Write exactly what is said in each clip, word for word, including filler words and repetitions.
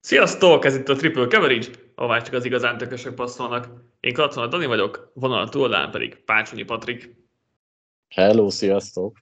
Sziasztok! Ez itt a Triple Coverage, ahová csak az igazán tökösök passzolnak. Én Katona Dani vagyok, vonal túloldalán pedig Pácsonyi Patrik. Hello, sziasztok!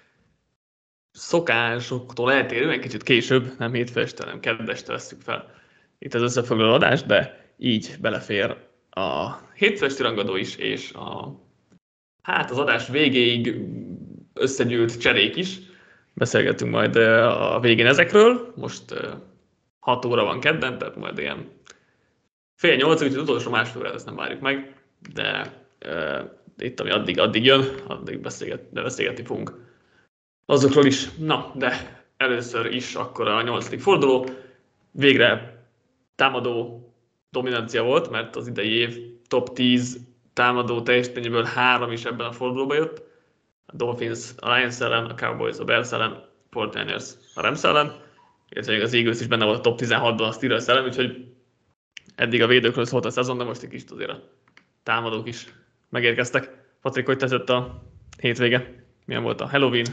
Szokásoktól eltérően kicsit később, nem hétfő este, nem kedd este vesszük fel itt az összefoglaló adást, de így belefér a hétfő esti rangadó is, és a, hát az adás végéig összegyűlt cserék is. Beszélgetünk majd a végén ezekről. Most hat óra van kedden, tehát majd ilyen fél nyolc, úgyhogy az utolsó másfél órát ezt nem várjuk meg, de uh, itt, ami addig, addig jön, addig beszélget, de beszélgetni fogunk azokról is. Na, de először is akkor a nyolcadik forduló. Végre támadó dominancia volt, mert az idei év top tíz támadó teljesítményéből három is ebben a fordulóban jött. A Dolphins a Lions ellen, a Cowboys a Bears ellen, a forty-niners a Rams ellen, illetve az Eagles is benne volt a top tizenhatban a Steelers ellen, úgyhogy eddig a védőkről szólt a szezon, de most egy kicsit azért a támadók is megérkeztek. Patrik, hogy tetszett a hétvége? Milyen volt a Halloween?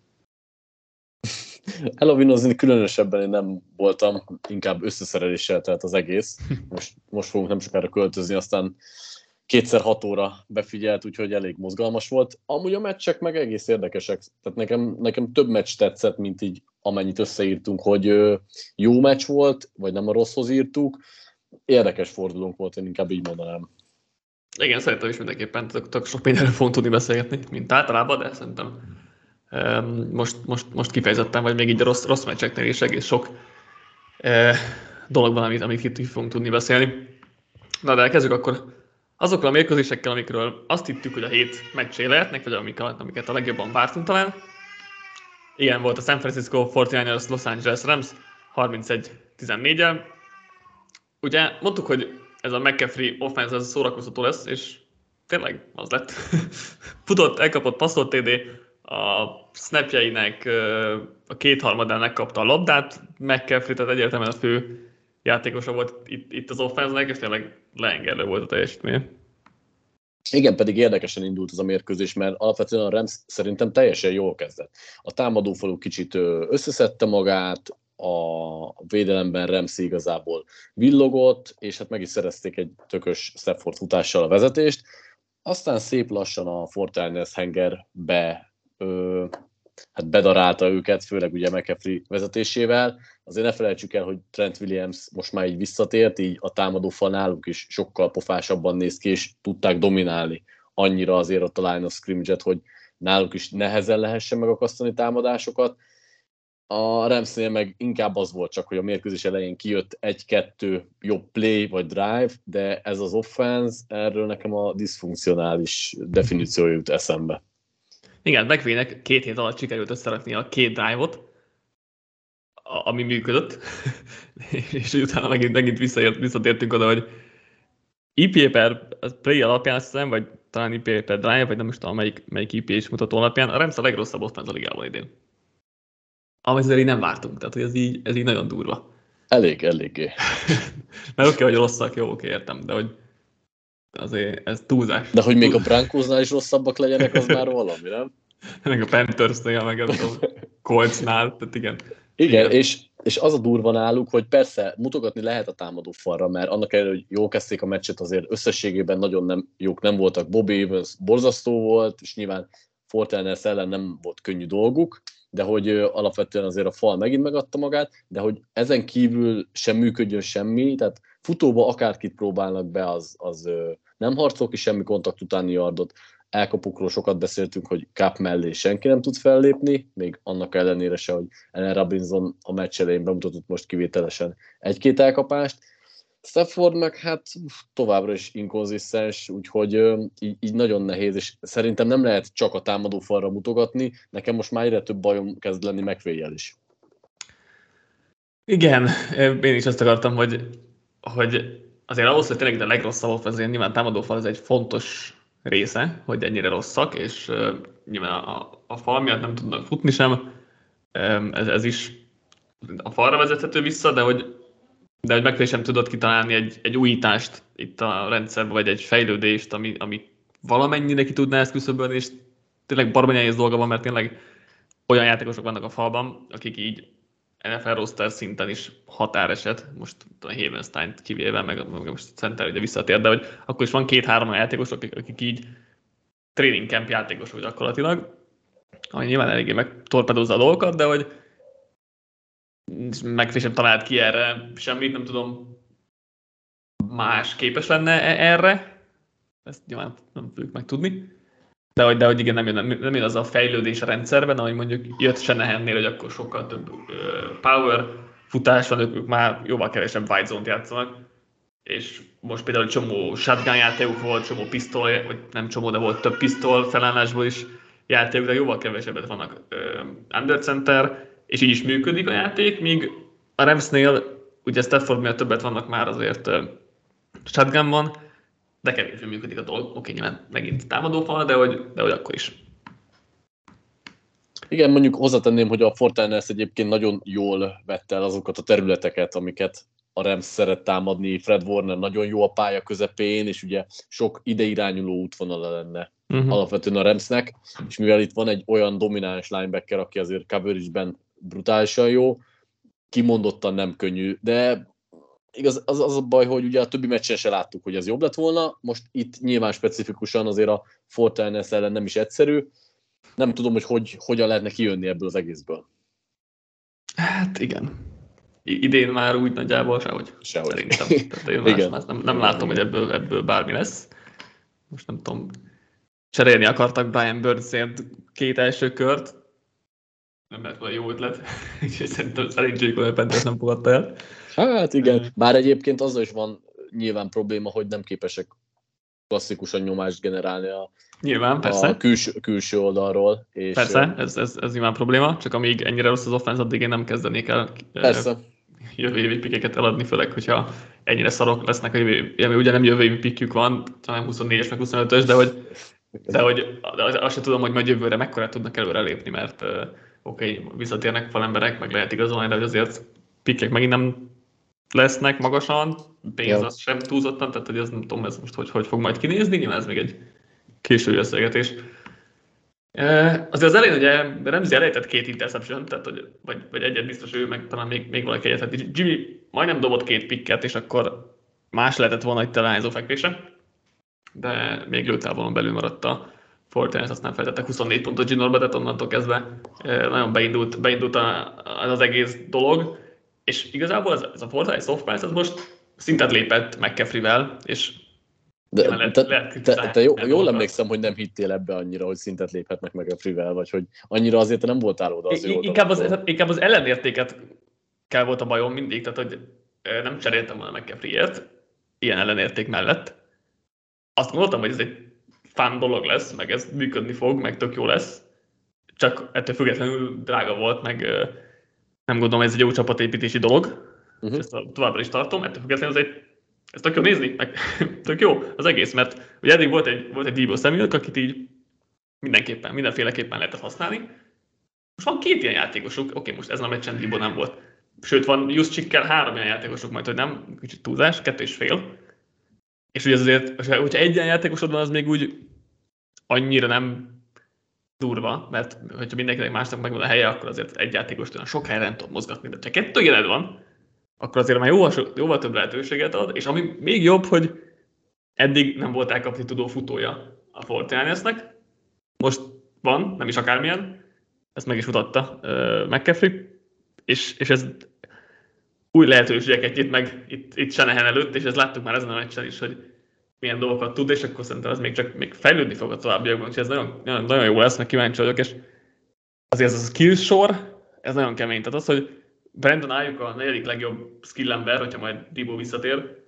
Halloweenozni különösebben én nem voltam, inkább összeszereléssel telt az egész. Most, most fogunk nem sokára költözni, aztán kétszer hat óra befigyelt, úgyhogy elég mozgalmas volt. Amúgy a meccsek meg egész érdekesek. Tehát nekem, nekem több meccs tetszett, mint így amennyit összeírtunk, hogy jó meccs volt, vagy nem a rosszhoz írtuk. Érdekes fordulónk volt, én inkább így mondanám. Igen, szerintem is mindenképpen tök sok mindenről fogunk tudni beszélgetni, mint általában, de szerintem um, most, most, most kifejezetten, vagy még így a rossz, rossz meccseknél is egész sok uh, dologban, amit, amit itt fogunk tudni beszélni. Na de kezdjük akkor azokkal a mérkőzésekkel, amikről azt hittük, hogy a hét meccsé lehetnek, vagy amik a, amiket a legjobban vártunk talán. Igen, volt a San Francisco forty-niners Los Angeles Rams harmincegy tizennégyel. Ugye mondtuk, hogy ez a McCaffrey offense ez szórakoztató lesz, és tényleg az lett. Futott, elkapott, passzolt té dé, a snapjeinek a kétharmadán megkapta a labdát, McCaffrey, tehát egyértelműen a fő játékosa volt itt, itt az offense-nek, és tényleg leengedő volt a teljesítmény. Igen, pedig érdekesen indult az a mérkőzés, mert alapvetően a Rams szerintem teljesen jól kezdett. A támadófalú kicsit összeszedte magát, a védelemben Ramsey igazából villogott, és hát meg is szerezték egy tökös Stafford futással a vezetést. Aztán szép lassan a forty-niners hengerbe ö, hát bedarálta őket, főleg ugye McCaffrey vezetésével. Azért ne felejtsük el, hogy Trent Williams most már így visszatért, így a támadó fal náluk is sokkal pofásabban néz ki, és tudták dominálni annyira azért ott a line of scrimmage-et, hogy náluk is nehezen lehessen megakasztani támadásokat. A Ramsnél meg inkább az volt csak, hogy a mérkőzés elején kijött egy-kettő jobb play vagy drive, de ez az offense, erről nekem a diszfunkcionális definíciója jut eszembe. Igen, McVaynek két hét alatt sikerült összerakni a két drive-ot, ami működött, és utána megint, megint visszaért, visszatértünk oda, hogy i pé per play alapján azt hiszem, vagy talán i pé per drive, vagy nem is tudom, melyik, melyik i pé is mutató alapján, a Rams a legrosszabb offense a ligában idén. Amit azért így nem vártunk, tehát hogy ez így, ez így nagyon durva. Elég, eléggé. Mert oké, hogy rosszak, jó, oké, értem, de hogy azért ez túlzás. De hogy még a Broncosnál is rosszabbak legyenek, az már valami, nem? Meg a Panthersnél, meg a Coltsnál, tehát igen. Igen, igen. És, és az a durva náluk, hogy persze mutogatni lehet a támadó falra, mert annak ellenére, hogy jól kezdték a meccset, azért összességében nagyon nem, jók nem voltak. Bobby Evans borzasztó volt, és nyilván forty-niners ellen nem volt könnyű dolguk, de hogy alapvetően azért a fal megint megadta magát, de hogy ezen kívül sem működjön semmi, tehát futóba akárkit próbálnak be, az, az nem harcol ki semmi kontakt utáni yardot. Elkapukról sokat beszéltünk, hogy Cup mellé senki nem tud fellépni, még annak ellenére se, hogy Allen Robinson a meccs elején bemutatott most kivételesen egy-két elkapást. Stafford meg hát továbbra is inkonzisztens, úgyhogy így, így nagyon nehéz, és szerintem nem lehet csak a támadó falra mutogatni, nekem most már egyre több bajom kezd lenni McVay-jel is. Igen, én is azt akartam, hogy, hogy azért ahhoz, hogy tényleg a legrosszabb, azért nyilván támadó fal ez egy fontos része, hogy ennyire rosszak, és uh, nyilván a, a fal miatt nem tudnak futni sem, um, ez, ez is a falra vezethető vissza, de hogy de hogy McVay sem tudott kitalálni egy, egy újítást itt a rendszerben, vagy egy fejlődést, ami, ami valamennyire ki tudná ezt küszöbölni, és tényleg baromi nehéz dolga van, mert tényleg olyan játékosok vannak a falban, akik így en ef el roster szinten is határeset, most a Havenstein-t kivéve, meg, meg most Center ugye visszatér, de hogy akkor is van két-három játékos, akik, akik így training camp játékosok gyakorlatilag, ami nyilván eléggé megtorpedozza a dolgokat, de hogy meg sem talált ki erre semmit, nem tudom, más képes lenne erre, ezt nyilván nem fogjuk megtudni, de hogy, de hogy igen, nem jön, nem jön az a fejlődés a rendszerben, ahogy mondjuk jött Shanahannél, hogy akkor sokkal több uh, power futás van, ők már jóval kevesebb white zone-t játszanak, és most például csomó shotgun játékuk volt, csomó pisztol, vagy nem csomó, de volt több pisztol felállásból is játékuk, de jóval kevesebbet vannak uh, under center, és így is működik a játék, míg a Ramsnél ugye Stafford miatt többet vannak már azért uh, shotgunban, de kevésbé működik a dolog. Oké, nyilván megint támadófal, de hogy, de hogy akkor is. Igen, mondjuk hozzátenném, hogy a Fortiners egyébként nagyon jól vette el azokat a területeket, amiket a Rams szeret támadni. Fred Warner nagyon jó a pálya közepén, és ugye sok ideirányuló útvonala lenne uh-huh. alapvetően a Ramsnek, és mivel itt van egy olyan domináns linebacker, aki azért coverage-ben brutálisan jó, kimondottan nem könnyű, de igaz, az, az a baj, hogy ugye a többi meccsen se láttuk, hogy ez jobb lett volna, most itt nyilván specifikusan azért a Fortiners ellen nem is egyszerű, nem tudom, hogy, hogy hogyan lehetne kijönni ebből az egészből. Hát igen. Idén már úgy nagyjából sehogy. Sehogy. Szerintem. Tehát én igen. Más, nem, nem látom, hogy ebből, ebből bármi lesz. Most nem tudom, cserélni akartak Brian Burns-ért két első kört. Nem lett volna jó ötlet. És szerintem szerintségük, hogy a Panthers nem fogadta el. Hát igen, bár egyébként azzal is van nyilván probléma, hogy nem képesek klasszikusan nyomást generálni a, nyilván, persze. a külső, külső oldalról. És persze, ez, ez, ez nyilván probléma, csak amíg ennyire rossz az offense, addig én nem kezdenék el persze. jövő évi pikeket eladni, főleg, hogyha ennyire szarok lesznek a jövő, ami ugye nem jövő évi pikjük van, talán huszonnégyes meg huszonötös, de hogy, de hogy de azt sem tudom, hogy majd jövőre mekkora tudnak előre lépni, mert uh, oké, okay, visszatérnek falemberek, meg lehet igazolni, de hogy azért pikek megint nem lesznek magasan, pénz ja. az sem túlzottan, tehát hogy az nem tudom, ez most hogy, hogy fog majd kinézni, nyilván ez még egy késői összegetés. E, azért az elején ugye Ramsey elejtett két interception, tehát hogy, vagy, vagy egyet biztos ő, meg talán még, még valaki egyet, tehát Jimmy majdnem dobott két pikket, és akkor más lehetett volna itt a lányzó fekvése, de még lőtávolon belül maradt a Fortiners, aztán feltettek huszonnégy pontot Ginorba, tehát onnantól kezdve e, nagyon beindult, beindult a, az egész dolog. És igazából ez, ez a Fortiners offense, ez most szintet lépett McCaffrey-vel, és de, lehet, te, lehet te, te jó, jól emlékszem, hogy nem hittél ebbe annyira, hogy szintet léphetnek McCaffrey-vel, vagy hogy annyira azért te nem voltál oda az I, inkább, az, inkább az ellenértéket kell volt a bajom mindig, tehát hogy nem cseréltem volna McCaffrey-ért, ilyen ellenérték mellett. Azt gondoltam, hogy ez egy fun dolog lesz, meg ez működni fog, meg tök jó lesz, csak ettől függetlenül drága volt, meg nem gondolom, ez egy jó csapatépítési dolog, uh-huh. és ezt továbbra is tartom, ettől függetlenül ez, egy, ez tök jó nézni, meg tök jó az egész, mert ugye eddig volt egy, volt egy Deebo Samuel, akit így mindenképpen, mindenféleképpen lehetett használni. Most van két ilyen játékosuk, oké, most ezen a meccsen Deebo nem volt. Sőt, van Juszcsikkel három ilyen játékosuk, majd hogy nem, kicsit túlzás, kettő és fél. És ugye azért, hogyha egy ilyen játékosod van, az még úgy annyira nem durva, mert hogyha mindenkinek másnak megvan a helye, akkor azért egy játékost olyan sok helyen nem tud mozgatni, de ha kettő ilyened van, akkor azért már jóval, jóval több lehetőséget ad, és ami még jobb, hogy eddig nem volt elkapni tudó futója a Fortinersnek, most van, nem is akármilyen, ezt meg is mutatta uh, McCaffrey, és, és ez új lehetőségeket nyit meg itt, itt Shanahan előtt, és ezt láttuk már ezen a meccsen is, hogy milyen dolgokat tud, és akkor szerintem az még csak még fejlődni fog a továbbiakban, úgyhogy ez nagyon, nagyon, nagyon jó lesz, meg kíváncsi vagyok, és azért ez a skill sor, ez nagyon kemény. Tehát az, hogy Brandon Ayuk a negyedik legjobb skill ember, hogyha majd Deebo visszatér,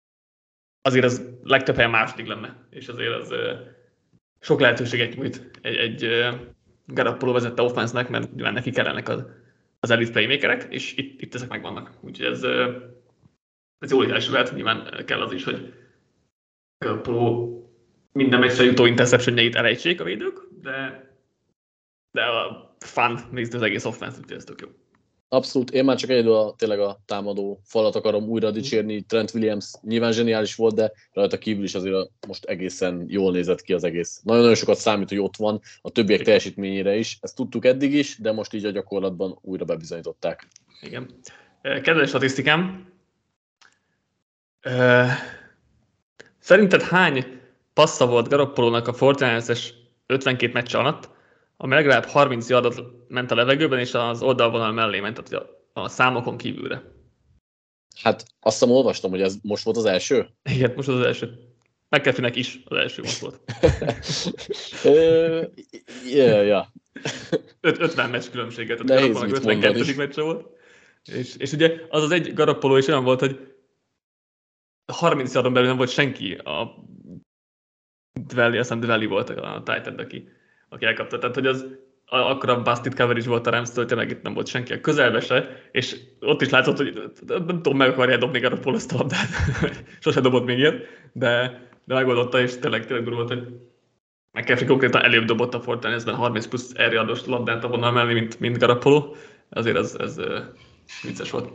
azért ez legtöbb helyen második lenne, és azért az uh, sok lehetőséget nyújt egy, egy uh, Garoppolo vezette offense-nek, mert nyilván neki kellenek az, az elite playmakerek, és itt, itt ezek megvannak. Úgyhogy ez, uh, ez jól elsővet, nyilván kell az is, hogy Garoppolo minden meccsre jutó interceptionjeit elejtsék a védők, de, de a fun nézni az egész offense, úgyhogy ez tök jó. Abszolút, én már csak egyedül a, tényleg a támadó falat akarom újra dicsérni. Trent Williams nyilván zseniális volt, de rajta kívül is azért most egészen jól nézett ki az egész. Nagyon-nagyon sokat számít, hogy ott van a többiek Igen. teljesítményére is. Ezt tudtuk eddig is, de most így a gyakorlatban újra bebizonyították. Igen. Kedves statisztikám, szerinted hány passza volt Garoppolónak a negyvenkilences ötvenkét meccs alatt, ami legalább harminc yardot ment a levegőben, és az oldalvonal mellé ment, tehát a, a számokon kívülre? Hát azt hiszem olvastam, hogy ez most volt az első? Igen, most az első. McAfee-nek is az első most volt. yeah, yeah. ötven meccs különbséget, tehát Garoppolónak ötvenkettő meccse volt. És, és ugye az az egy Garoppoló is olyan volt, hogy harminc yardon belül nem volt senki, a Dwelly, azt hiszem Dwelly volt a tight end, aki, aki elkapta. Tehát, hogy az akkora busted coverage volt a Rams-től, hogy tényleg itt nem volt senki a közelbe se, és ott is látszott, hogy nem tudom, meg akarja dobni Garoppoló ezt a labdát. Sose dobott még ilyet, de, de megoldotta, és tényleg, tényleg durva volt, hogy McAfee konkrétan előbb dobott a Fortnite-ben harminc plusz air yardos labdát a vonal mellé, mint, mint Garoppoló. Azért ez, ez uh, vicces volt.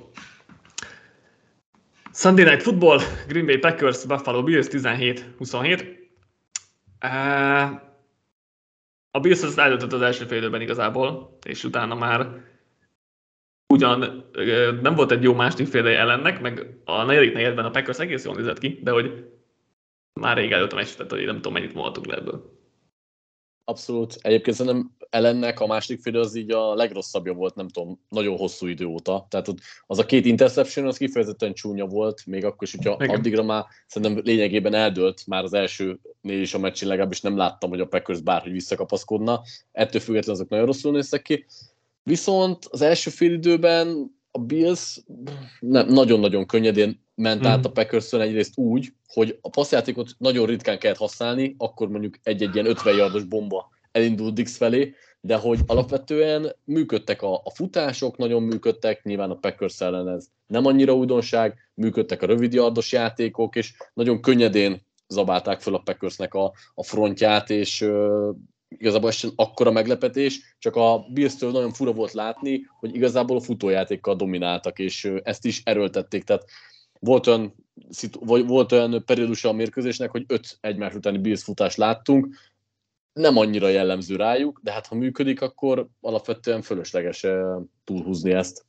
Sunday Night Football, Green Bay Packers, Buffalo Bills tizenhét huszonhét. Uh, a Bills azt eldöntött az első fél időben igazából, és utána már ugyan uh, nem volt egy jó második fél ideje ellennek, meg a negyedik negyedben a Packers egész jól nézett ki, de hogy már rég előtt a meccs, tehát hogy nem tudom, mennyit mondhatunk le ebből. Abszolút. Egyébként szerintem ellennek a második fél az így a legrosszabbja volt, nem tudom, nagyon hosszú idő óta. Tehát ott az a két interception az kifejezetten csúnya volt, még akkor is, hogyha Igen. addigra már szerintem lényegében eldőlt, már az első négy is a meccsen legalábbis nem láttam, hogy a Packers bárhogy visszakapaszkodna. Ettől függetlenül azok nagyon rosszul néztek ki. Viszont az első fél időben a Bills nem, nagyon-nagyon könnyedén ment mm. át a Packers-től egyrészt úgy, hogy a passzjátékot nagyon ritkán kellett használni, akkor mondjuk egy-egy ilyen ötven yardos bomba elindult Dix felé, de hogy alapvetően működtek a, a futások, nagyon működtek, nyilván a Packers ellen ez nem annyira újdonság, működtek a rövid yardos játékok, és nagyon könnyedén zabálták fel a Packersnek a, a frontját, és uh, igazából ez sem akkora meglepetés, csak a Bills-től nagyon fura volt látni, hogy igazából a futójátékkal domináltak, és uh, ezt is erőltették, tehát volt olyan, volt olyan periódusa a mérkőzésnek, hogy öt egymás utáni Bills futást láttunk, nem annyira jellemző rájuk, de hát ha működik, akkor alapvetően fölösleges túlhúzni ezt.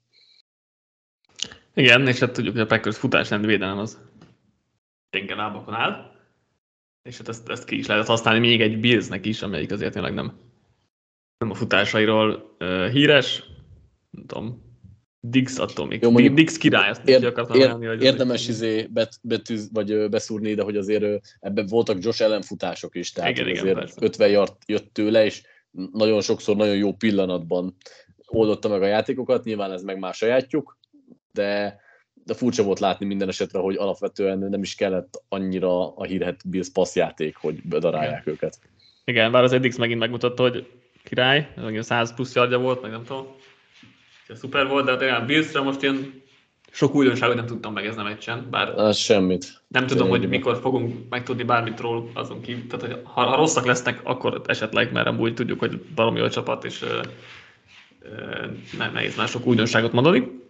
Igen, és hát tudjuk, hogy a Packers futás nem védelem az gyenge lábakon áll, és hát ezt, ezt ki is lehet használni még egy Billsnek is, amelyik azért tényleg nem, nem a futásairól uh, híres, nem tudom, Diggs attól még. Jó, mondjuk, Diggs király, azt ér, akartam ér, állni, hogy érdemes izé bet, betűz, vagy beszúrni, de hogy azért ebben voltak Josh Allen futások is, tehát igen, igen, azért persze. ötven yard jött tőle, és nagyon sokszor nagyon jó pillanatban oldotta meg a játékokat, nyilván ez meg már sajátjuk, de, de furcsa volt látni minden esetre, hogy alapvetően nem is kellett annyira a hírhet Bills passzjáték, hogy bedarálják igen. őket. Igen, bár az Diggs megint megmutatta, hogy király, száz plusz yardja volt, meg nem tudom. Szuper volt, de tényleg a Billsre most ilyen sok újdonságot nem tudtam megezni a meccsen, bár az semmit. Nem tudom, Semmit. hogy mikor fogunk megtudni bármit róla azon kívül. Tehát, hogy ha, ha rosszak lesznek, akkor esetleg, mert amúgy tudjuk, hogy baromi jó csapat, és uh, uh, nehéz már sok újdonságot mondani.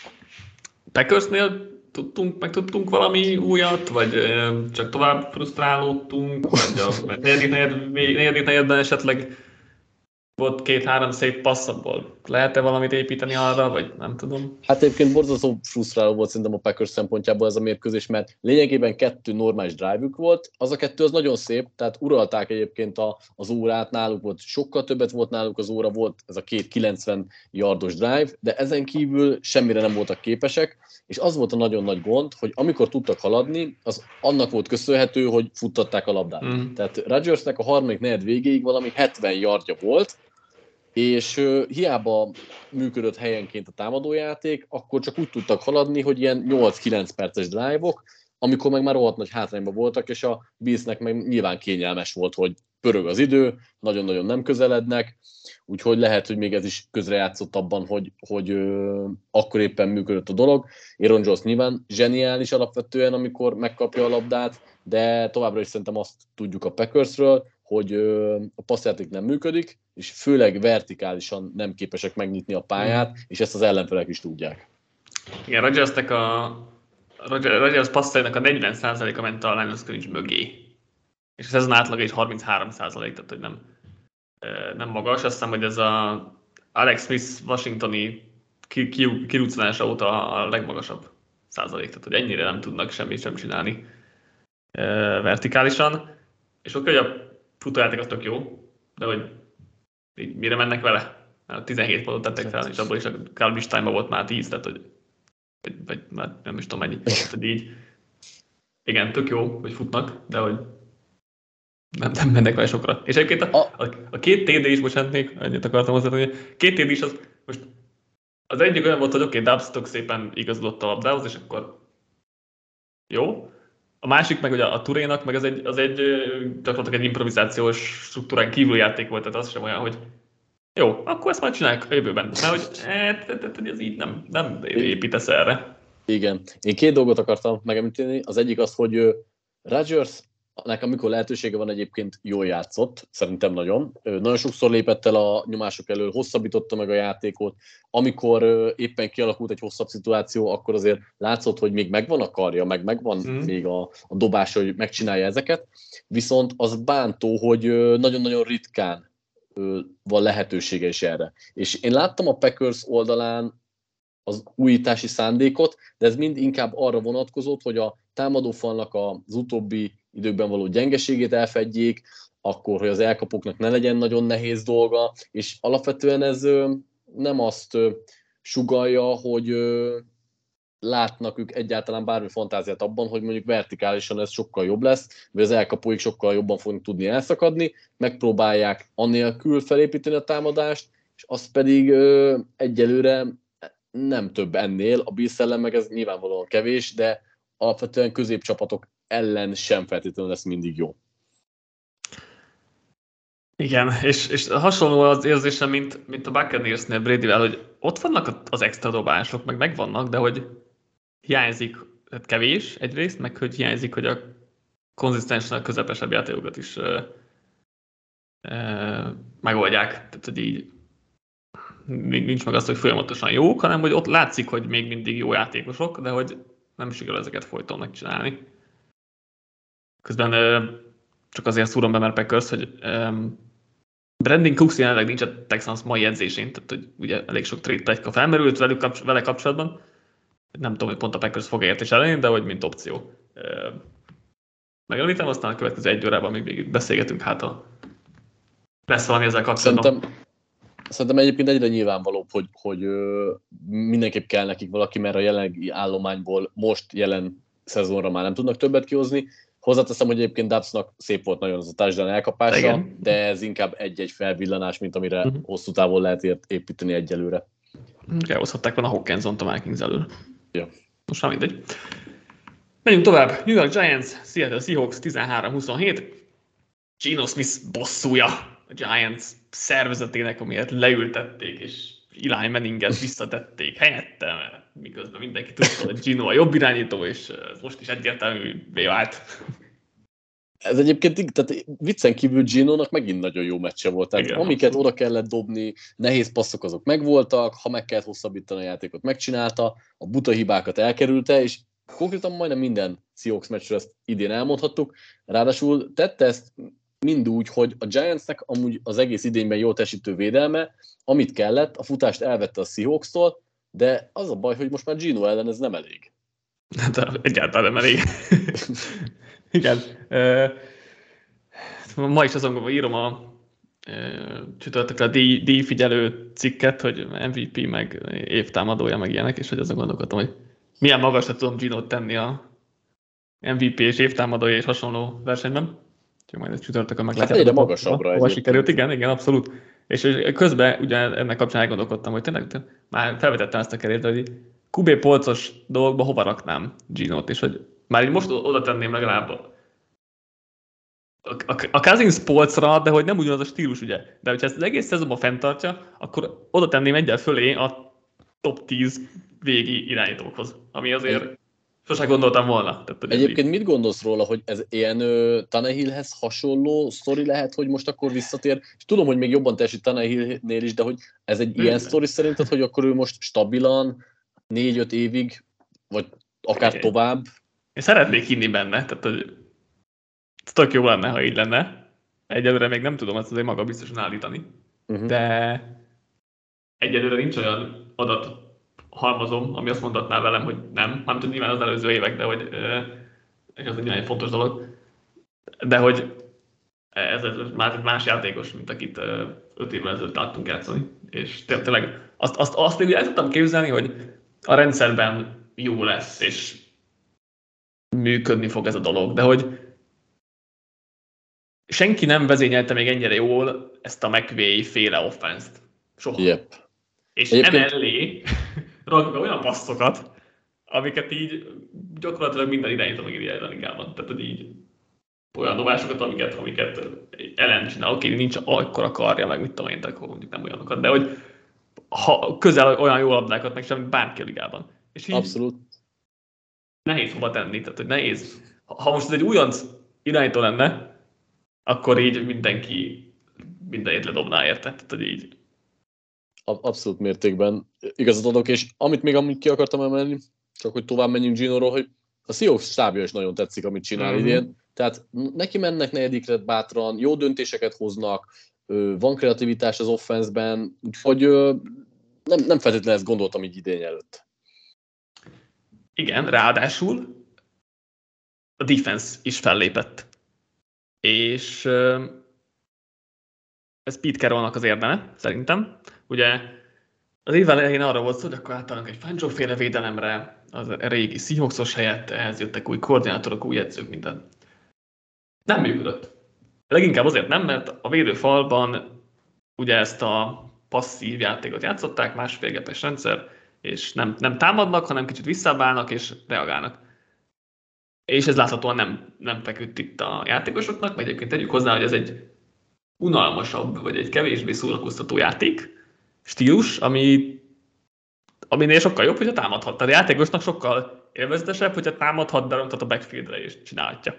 Packersnél tudtunk, meg tudtunk valami újat, vagy uh, csak tovább frusztrálódtunk, vagy a negyedik negyed, negyedik negyedben esetleg volt két-három szép passzabból. Lehet-e valamit építeni arra, vagy nem tudom? Hát egyébként borzasztó frusztráló volt szerintem a Packers szempontjából ez a mérkőzés, mert lényegében kettő normális drive-ük volt. Az a kettő az nagyon szép, tehát uralták egyébként a, az órát, náluk volt, sokkal többet volt náluk az óra, volt ez a két kilencven yardos drive, de ezen kívül semmire nem voltak képesek, és az volt a nagyon nagy gond, hogy amikor tudtak haladni, az annak volt köszönhető, hogy futtatták a labdát. Mm. Tehát Rodgersnek a harmadik negyed végéig valami hetven yardja volt, és uh, hiába működött helyenként a támadójáték, akkor csak úgy tudtak haladni, hogy ilyen nyolc-kilenc perces drive-ok, amikor meg már rohadt nagy hátrányban voltak, és a Billsnek meg nyilván kényelmes volt, hogy pörög az idő, nagyon-nagyon nem közelednek, úgyhogy lehet, hogy még ez is közrejátszott abban, hogy, hogy uh, akkor éppen működött a dolog. Aaron Jones nyilván zseniális alapvetően, amikor megkapja a labdát, de továbbra is szerintem azt tudjuk a Packersről, hogy a passzjáték nem működik, és főleg vertikálisan nem képesek megnyitni a pályát, mm. és ezt az ellenfelek is tudják. Igen, Rodgersnek a Rodgers passzainak a negyven százaléka ment a line of scrimmage mögé. És a szezon átlaga is harminchárom százalék, tehát hogy nem, nem magas. Azt hiszem, hogy ez a Alex Smith washingtoni kiruccanása óta a legmagasabb százalék, tehát hogy ennyire nem tudnak semmit sem csinálni vertikálisan. És oké, hogy a futójáték az tök jó, de hogy így mire mennek vele? tizenhét pontot tettek fel, és abból is a garbage time-ban volt már tíz, tehát hogy vagy, vagy már nem is tudom mennyi. Tehát így, igen, tök jó, hogy futnak, de hogy nem, nem mennek vele sokra. És egyébként a, a, a két té dé is, bocsánat, még ennyit akartam hozzátenni, hogy a két té dé is az, most az egyik olyan volt, hogy oké, okay, Dubs tök szépen igazodott a labdához, és akkor jó. A másik meg ugye a Turénak, meg az egy, az egy gyakorlatilag egy improvizációs struktúrán kívül játék volt, tehát az sem olyan, hogy jó, akkor ezt majd csináljuk a jövőben. Mert hogy ez így nem, nem építesz erre. Igen. Én két dolgot akartam megemlíteni. Az egyik az, hogy Rodgers, nekem amikor lehetősége van egyébként jól játszott, szerintem nagyon. Nagyon sokszor lépett el a nyomások elől, hosszabbította meg a játékot. Amikor éppen kialakult egy hosszabb szituáció, akkor azért látszott, hogy még megvan a karja, meg megvan mm. még a, a dobás, hogy megcsinálja ezeket. Viszont az bántó, hogy nagyon-nagyon ritkán van lehetősége is erre. És én láttam a Packers oldalán az újítási szándékot, de ez mind inkább arra vonatkozott, hogy a támadófalnak az utóbbi időkben való gyengeségét elfedjék, akkor, hogy az elkapóknak ne legyen nagyon nehéz dolga, és alapvetően ez nem azt sugallja, hogy látnak ők egyáltalán bármi fantáziát abban, hogy mondjuk vertikálisan ez sokkal jobb lesz, vagy az elkapóik sokkal jobban fognak tudni elszakadni, megpróbálják anélkül felépíteni a támadást, és az pedig ö, egyelőre nem több ennél, a Bills ellen meg ez nyilvánvalóan kevés, de alapvetően középcsapatok ellen sem feltétlenül lesz mindig jó. Igen, és, és hasonló az érzésem, mint, mint a Buccaneersnél Bradyvel, hogy ott vannak az extra dobások, meg megvannak, de hogy hiányzik, tehát kevés egyrészt, meg hogy hiányzik, hogy a konzisztensen a közepesebb játékokat is ö, ö, megoldják. Tehát, hogy így nincs meg azt, hogy folyamatosan jók, hanem hogy ott látszik, hogy még mindig jó játékosok, de hogy nem sikerül ezeket folyton megcsinálni. Közben ö, csak azért szúrom be, mert Packers, hogy ö, Brandon Cooks jelenleg nincs a Texans mai edzésén, tehát hogy ugye elég sok trade pletyka felmerült velük kapcs- vele kapcsolatban. Nem tudom, hogy pont a Packers fog értés elején, de hogy mint opció. Megemlítem, aztán a következő egy órában még, még beszélgetünk, hát a lesz valami ezzel kapcsolatban. Szerintem, szerintem egyébként egyre nyilvánvalóbb, hogy, hogy ö, mindenképp kell nekik valaki, mert a jelenlegi állományból most jelen szezonra már nem tudnak többet kihozni. Hozzáteszem, hogy egyébként Dubsnak szép volt nagyon az a touchdown elkapása, igen, de ez inkább egy-egy felvillanás, mint amire uh-huh. hosszú távon lehet építeni egyelőre. Elhozhatták volna a Hawkinsont a Vikings elől. Ja. Most már mindegy. Menjünk tovább. New York Giants, Seattle Seahawks tizenhárom huszonhét. Geno Smith bosszúja a Giants szervezetének, amiért leültették, és Eli Manninget visszatették helyette, mert miközben mindenki tudta, hogy Geno a jobb irányító, és ez most is egyértelművé vált. Ez egyébként, tehát viccen kívül Genónak megint nagyon jó meccse volt. Tehát igen, amiket abszolút oda kellett dobni, nehéz passzok azok megvoltak, ha meg kellett hosszabbítani a játékot, megcsinálta, a buta hibákat elkerülte, és konkrétan majdnem minden Seahawks meccsről ezt idén elmondhattuk. Ráadásul tette ezt mind úgy, hogy a Giantsnek amúgy az egész idényben jól teljesítő védelme, amit kellett, a futást elvette a Seahawks-tól, de az a baj, hogy most már Geno ellen ez nem elég. De egyáltalán nem elég. Igen. Uh, ma is azon írom a uh, csütörtökre a díjfigyelő cikket, hogy em vé pé meg évtámadója meg ilyenek, és hogy azon gondolkodtam, hogy milyen magasra tudom Genót tenni a em vé pé és évtámadója és hasonló versenyben. Úgyhogy majd ezt csütörtökön meglátjátok. Hát egyre magasabbra. Hova sikerült, igen, igen, abszolút. És közben ugye ennek kapcsán elgondolkodtam, hogy tényleg már felvetettem ezt a kerét, hogy kú bé polcos dolgokba hova raknám Genót, és hogy már így most oda tenném legalább a, a, a Cousins polcra, de hogy nem ugyanaz a stílus, ugye. De hogyha ezt az egész szezonban fenntartja, akkor oda tenném egyel fölé a top tíz végi irányítókhoz, ami azért Sose gondoltam volna. Tehát, Egyébként mit gondolsz róla, hogy ez ilyen uh, Tannehillhez hasonló sztori lehet, hogy most akkor visszatér? És tudom, hogy még jobban teljesít Tannehillnél is, de hogy ez egy ilyen sztori szerinted, hogy akkor ő most stabilan négy-öt évig, vagy akár tovább? Én szeretnék hinni benne, tehát hogy tök jó lenne, ha így lenne. Egyelőre még nem tudom ezt azért maga biztosan állítani. Uh-huh. De egyelőre nincs olyan adat halmazom, ami azt mondatná velem, hogy nem. Mármint, hogy nyilván az előző évek, de hogy és az egy fontos dolog. De hogy ez, ez már egy más játékos, mint akit öt évvel ezelőtt láttunk játszani. És tényleg azt, azt, azt én el tudtam képzelni, hogy a rendszerben jó lesz, és működni fog ez a dolog. De hogy senki nem vezényelte még ennyire jól ezt a McVay féle offense-t. Soha. Yep. És emellé rakd be olyan passzokat, amiket így gyakorlatilag minden irányító megírja a ligában. Tehát, hogy így olyan dobásokat, amiket, amiket ellen csinál. Oké, nincs akkora karja, meg mit tudom én, akkor mondjuk nem olyanokat, de hogy ha közel olyan jó labdákat meg sem, bárki a ligában. És így abszolút. Nehéz hova tenni, tehát hogy nehéz. Ha most ez egy újonc irányító lenne, akkor így mindenki mindenét ledobná érte. Tehát, hogy így abszolút mértékben igazat adok, és amit még amúgy ki akartam emelni, csak hogy tovább menjünk Ginoról, hogy a Seahawks stábja is nagyon tetszik, amit csinál mm-hmm. idén. Tehát neki mennek negyedikre bátran, jó döntéseket hoznak, van kreativitás az offenszben, úgyhogy nem, nem feltétlenül ezt gondoltam így idény előtt. Igen, ráadásul a defense is fellépett. És ez Pete Carrollnak az érdeme, szerintem. Ugye az év elején arra volt szó, hogy akkor átállunk egy Fangio-féle védelemre, az a régi Seahawks-os helyett, ehhez jöttek új koordinátorok, új edzők, minden. Nem működött. Leginkább azért nem, mert a védőfalban ugye ezt a passzív játékot játszották, másfél gépes rendszer, és nem, nem támadnak, hanem kicsit visszabálnak és reagálnak. És ez láthatóan nem, nem feküdt itt a játékosoknak, vagy egyébként tegyük hozzá, hogy ez egy unalmasabb, vagy egy kevésbé szórakoztató játék stílus, ami, aminél sokkal jobb, hogyha támadhat. Tehát a játékosnak sokkal élvezetesebb, hogyha támadhat, berontat a backfieldre és csinálhatja.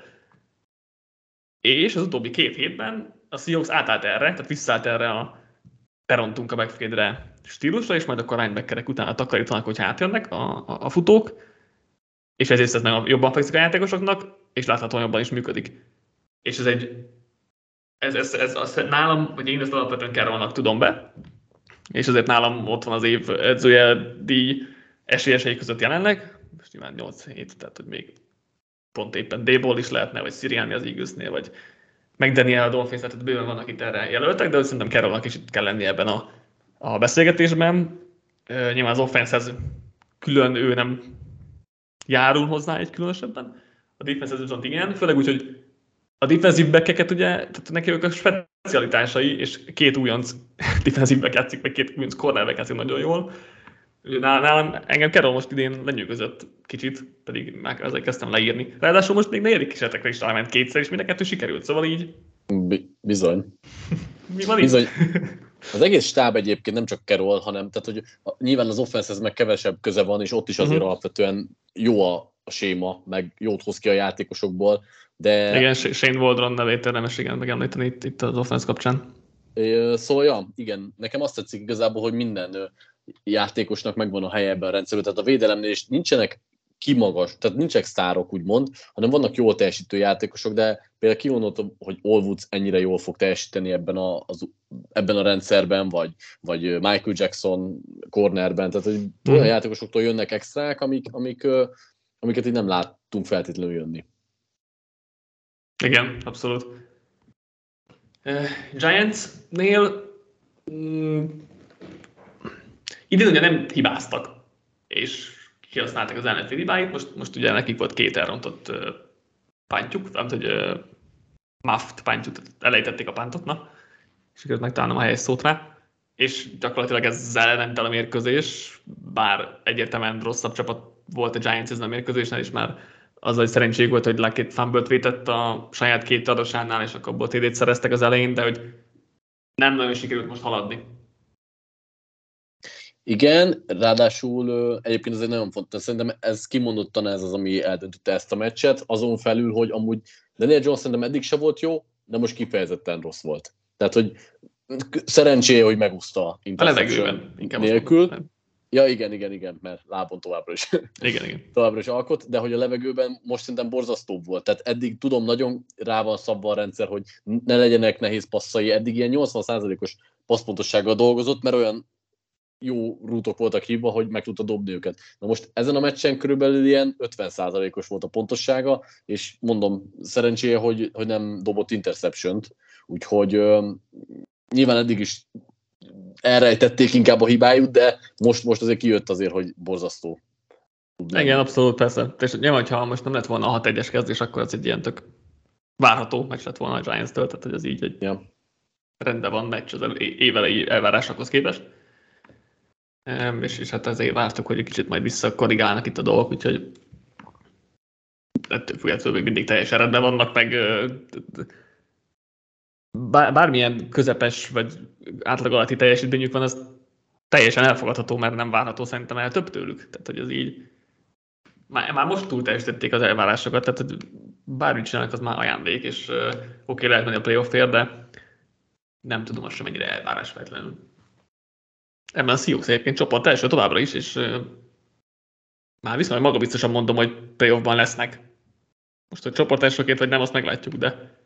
És az utóbbi két hétben a Seahawks átállt erre, tehát visszaállt erre a berontunk a backfieldre stílusra, és majd akkor a linebackerek utána takarítanak, hogy átjönnek a, a, a futók, és ezért ez meg jobban fekszik a játékosoknak, és láthatóan jobban is működik. És ez egy Ez, ez, ez, ez nálam, vagy én ezt alapvetően Carrollnak tudom be, és azért nálam ott van az év edzője díj esélyesei között jelenleg, most nyilván nyolc hét, tehát hogy még pont éppen Daboll is lehetne, vagy Sirianni az Eaglesnél, vagy McDaniel a Dolphins, tehát bőven vannak itt erre jelöltek, de szerintem Carrollnak is itt kell lenni ebben a, a beszélgetésben. E, nyilván az offense-hez külön ő nem járul hozzá egy különösebben, a defense-hez viszont igen, főleg úgy, hogy a defensive back-eket ugye, tehát neki ők a specialitásai, és két újonc defensive back játszik, meg két újonc cornerback játszik nagyon jól. Nálam engem Carroll most idén lenyűgözött kicsit, pedig már ezzel kezdtem leírni. Ráadásul most még negyedik kísérletekre is ráment kétszer, és mind a kettő sikerült, szóval így... Bizony. Mi van Bizony. Az egész stáb egyébként nem csak Carroll, hanem tehát, hogy nyilván az offensehez meg kevesebb köze van, és ott is azért uh-huh. alapvetően jó a, a séma, meg jót hoz ki a játékosokból. De... Igen, Shane Waldron nevét érdemes igen megemlíteni itt, itt az offense kapcsán. Szóval, ja, igen, nekem azt tetszik igazából, hogy minden játékosnak megvan a helye ebben a rendszerben, tehát a védelemnél is nincsenek kimagas, tehát nincsenek sztárok úgymond, hanem vannak jól teljesítő játékosok, de például kigondoltam, hogy Allwoods ennyire jól fog teljesíteni ebben a, az, ebben a rendszerben, vagy, vagy Michael Jackson cornerben, tehát hogy hmm. olyan játékosoktól jönnek extrák, amik, amik, amiket így nem láttunk feltétlenül jönni. Igen, abszolút. Uh, Giantsnél mm, idén ugye nem hibáztak, és kihasználták az ellenfél hibáit, most, most ugye nekik volt két elrontott uh, pántjuk, nem hogy uh, muffed pántjuk, elejtették a pántot, na, sikerült megtalálnom a helyes szót rá, és gyakorlatilag ezzel ment el a mérkőzés, bár egyértelműen rosszabb csapat volt a Giants ezen a mérkőzésnél, és már az egy szerencség volt, hogy Luckett fumble-t vétett a saját két adásánál, és akkor abból té dét szereztek az elején, de hogy nem nagyon sikerült most haladni. Igen, ráadásul egyébként ez egy nagyon fontos, szerintem ez kimondottan ez az, ami eldöntötte ezt a meccset, azon felül, hogy amúgy Daniel Jones szerintem eddig se volt jó, de most kifejezetten rossz volt. Tehát, hogy szerencséje, hogy megúszta interception nélkül. Ja, igen, igen, igen, mert lábon továbbra is. Igen, igen. továbbra is alkot, de hogy a levegőben most szerintem borzasztóbb volt. Tehát eddig tudom, nagyon rá van szabva a rendszer, hogy ne legyenek nehéz passzai. Eddig ilyen nyolcvan százalékos passzpontossággal dolgozott, mert olyan jó rútok voltak hívva, hogy meg tudta dobni őket. Na most ezen a meccsen körülbelül ilyen ötven százalékos volt a pontossága, és mondom, szerencséje, hogy, hogy nem dobott interception-t, úgyhogy uh, nyilván eddig is elrejtették inkább a hibájuk, de most, most azért kijött azért, hogy borzasztó. Igen, abszolút, persze. És nyilván, ha most nem lett volna a hat egyes kezdés, akkor ez egy ilyen tök várható meccs lett volna a Giants-től, tehát hogy ez így egy ja. rendben van meccs az évelei elvárásokhoz képest. És, és hát ezért vártuk, hogy egy kicsit majd visszakorrigálnak itt a dolgok, úgyhogy ettől függetlenül még mindig teljesen rendben vannak, meg bármilyen közepes vagy átlag alatti teljesítményük van, az teljesen elfogadható, mert nem várható szerintem el több tőlük. Tehát, hogy az így már, már most túl teljesítették az elvárásokat, tehát hogy bármit csinálnak, az már ajándék, és uh, oké, okay, lehet menni a playoffért, de nem tudom azt sem mennyire elvárásvetlenül. Ebben a Seahawks egyébként csoport első továbbra is, és uh, már viszonylag magabiztosan mondom, hogy playoffban lesznek. Most, hogy csoport elsőként vagy nem, azt meglátjuk, de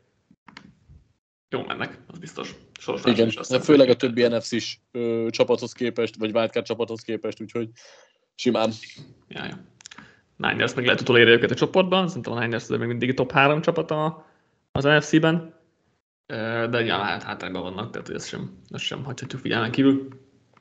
jó mennek, az biztos. Sorsán igen, de főleg a többi en ef cé-s ö, csapathoz képest, vagy wildcard csapathoz képest, úgyhogy simán. Ja, ja. Niners meg lehet utolérni őket a csoportban, szerintem a Niners még mindig top három csapat az en ef cé-ben, de ja, hát hátrányban vannak, tehát ezt sem, ezt sem hagyhatjuk figyelmen kívül.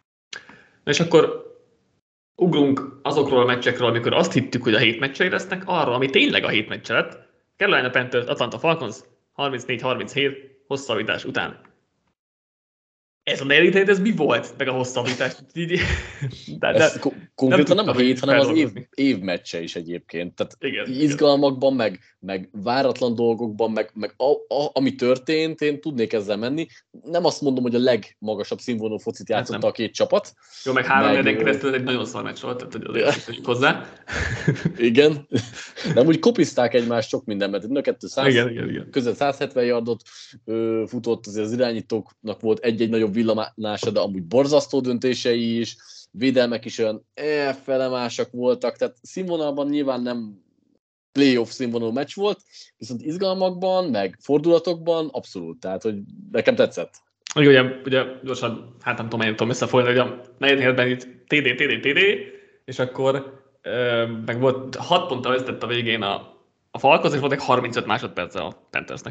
És akkor ugrunk azokról a meccsekről, amikor azt hittük, hogy a hét meccsei lesznek, arra, ami tényleg a hét meccse lett. Carolina Panthers, Atlanta Falcons, harmincnégy harminchét hosszabbítás után. Ez a negyedhét, ez mi volt? Meg a hosszabbítás? De, de, ez konkrétan nem, nem a hét, hanem az év, év meccse is egyébként. Tehát igen, izgalmakban, igen. Meg, meg váratlan dolgokban, meg, meg a, a, ami történt, én tudnék ezzel menni. Nem azt mondom, hogy a legmagasabb színvonalú focit játszott a két csapat. Jó, meg három negyeden keresztül egy nagyon szar meccs volt, tehát azért is hozzá. Igen. De úgy kopizták egymást sok mindenben. Mind a kettő száz, igen, igen, igen. közel száz hetven yardot ö, futott, azért az irányítóknak volt egy-egy nagyobb villamása, de amúgy borzasztó döntései is, védelmek is olyan e, felemásak voltak, tehát színvonalban nyilván nem playoff színvonalú meccs volt, viszont izgalmakban, meg fordulatokban abszolút, tehát hogy nekem tetszett. Ugye, ugye gyorsan, hát nem tudom, én tudom összefolyni, hogy a negyed hétben itt té dé, té dé, té dé, és akkor ö, meg volt hat ponttal vezetett a végén a, a Falcons, és volt egy harmincöt másodperce a Panthersnek.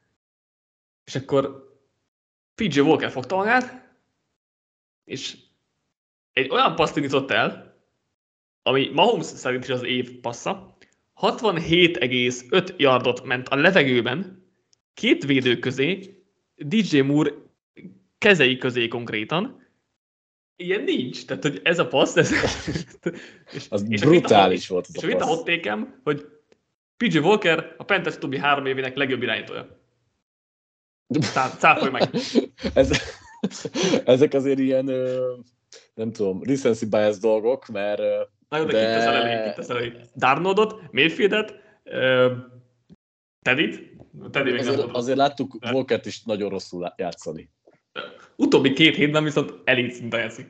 És akkor pé jé Walker fogta magát, és egy olyan paszt indított el, ami Mahomes szerint is az év passza, hatvanhét egész öt yardot ment a levegőben, két védő közé, dé jé Moore kezei közé konkrétan. Ilyen nincs, tehát hogy ez a passz, ez... és, az és brutális a, volt az és a passz. És a hot-tékem, hogy pé jé Walker a Panthers utóbbi három évének legjobb irányítója. Cáfolj meg! ez, ezek azért ilyen, nem tudom, recency bias dolgok, mert... Na jó, de, de... kit teszel elé, kit teszel elé. Darnoldot, Mayfieldet, Teddyt. Teddy még azért, nem azért láttuk de... Walkert is nagyon rosszul játszani. Utóbbi két hétben viszont elit szinten játszik.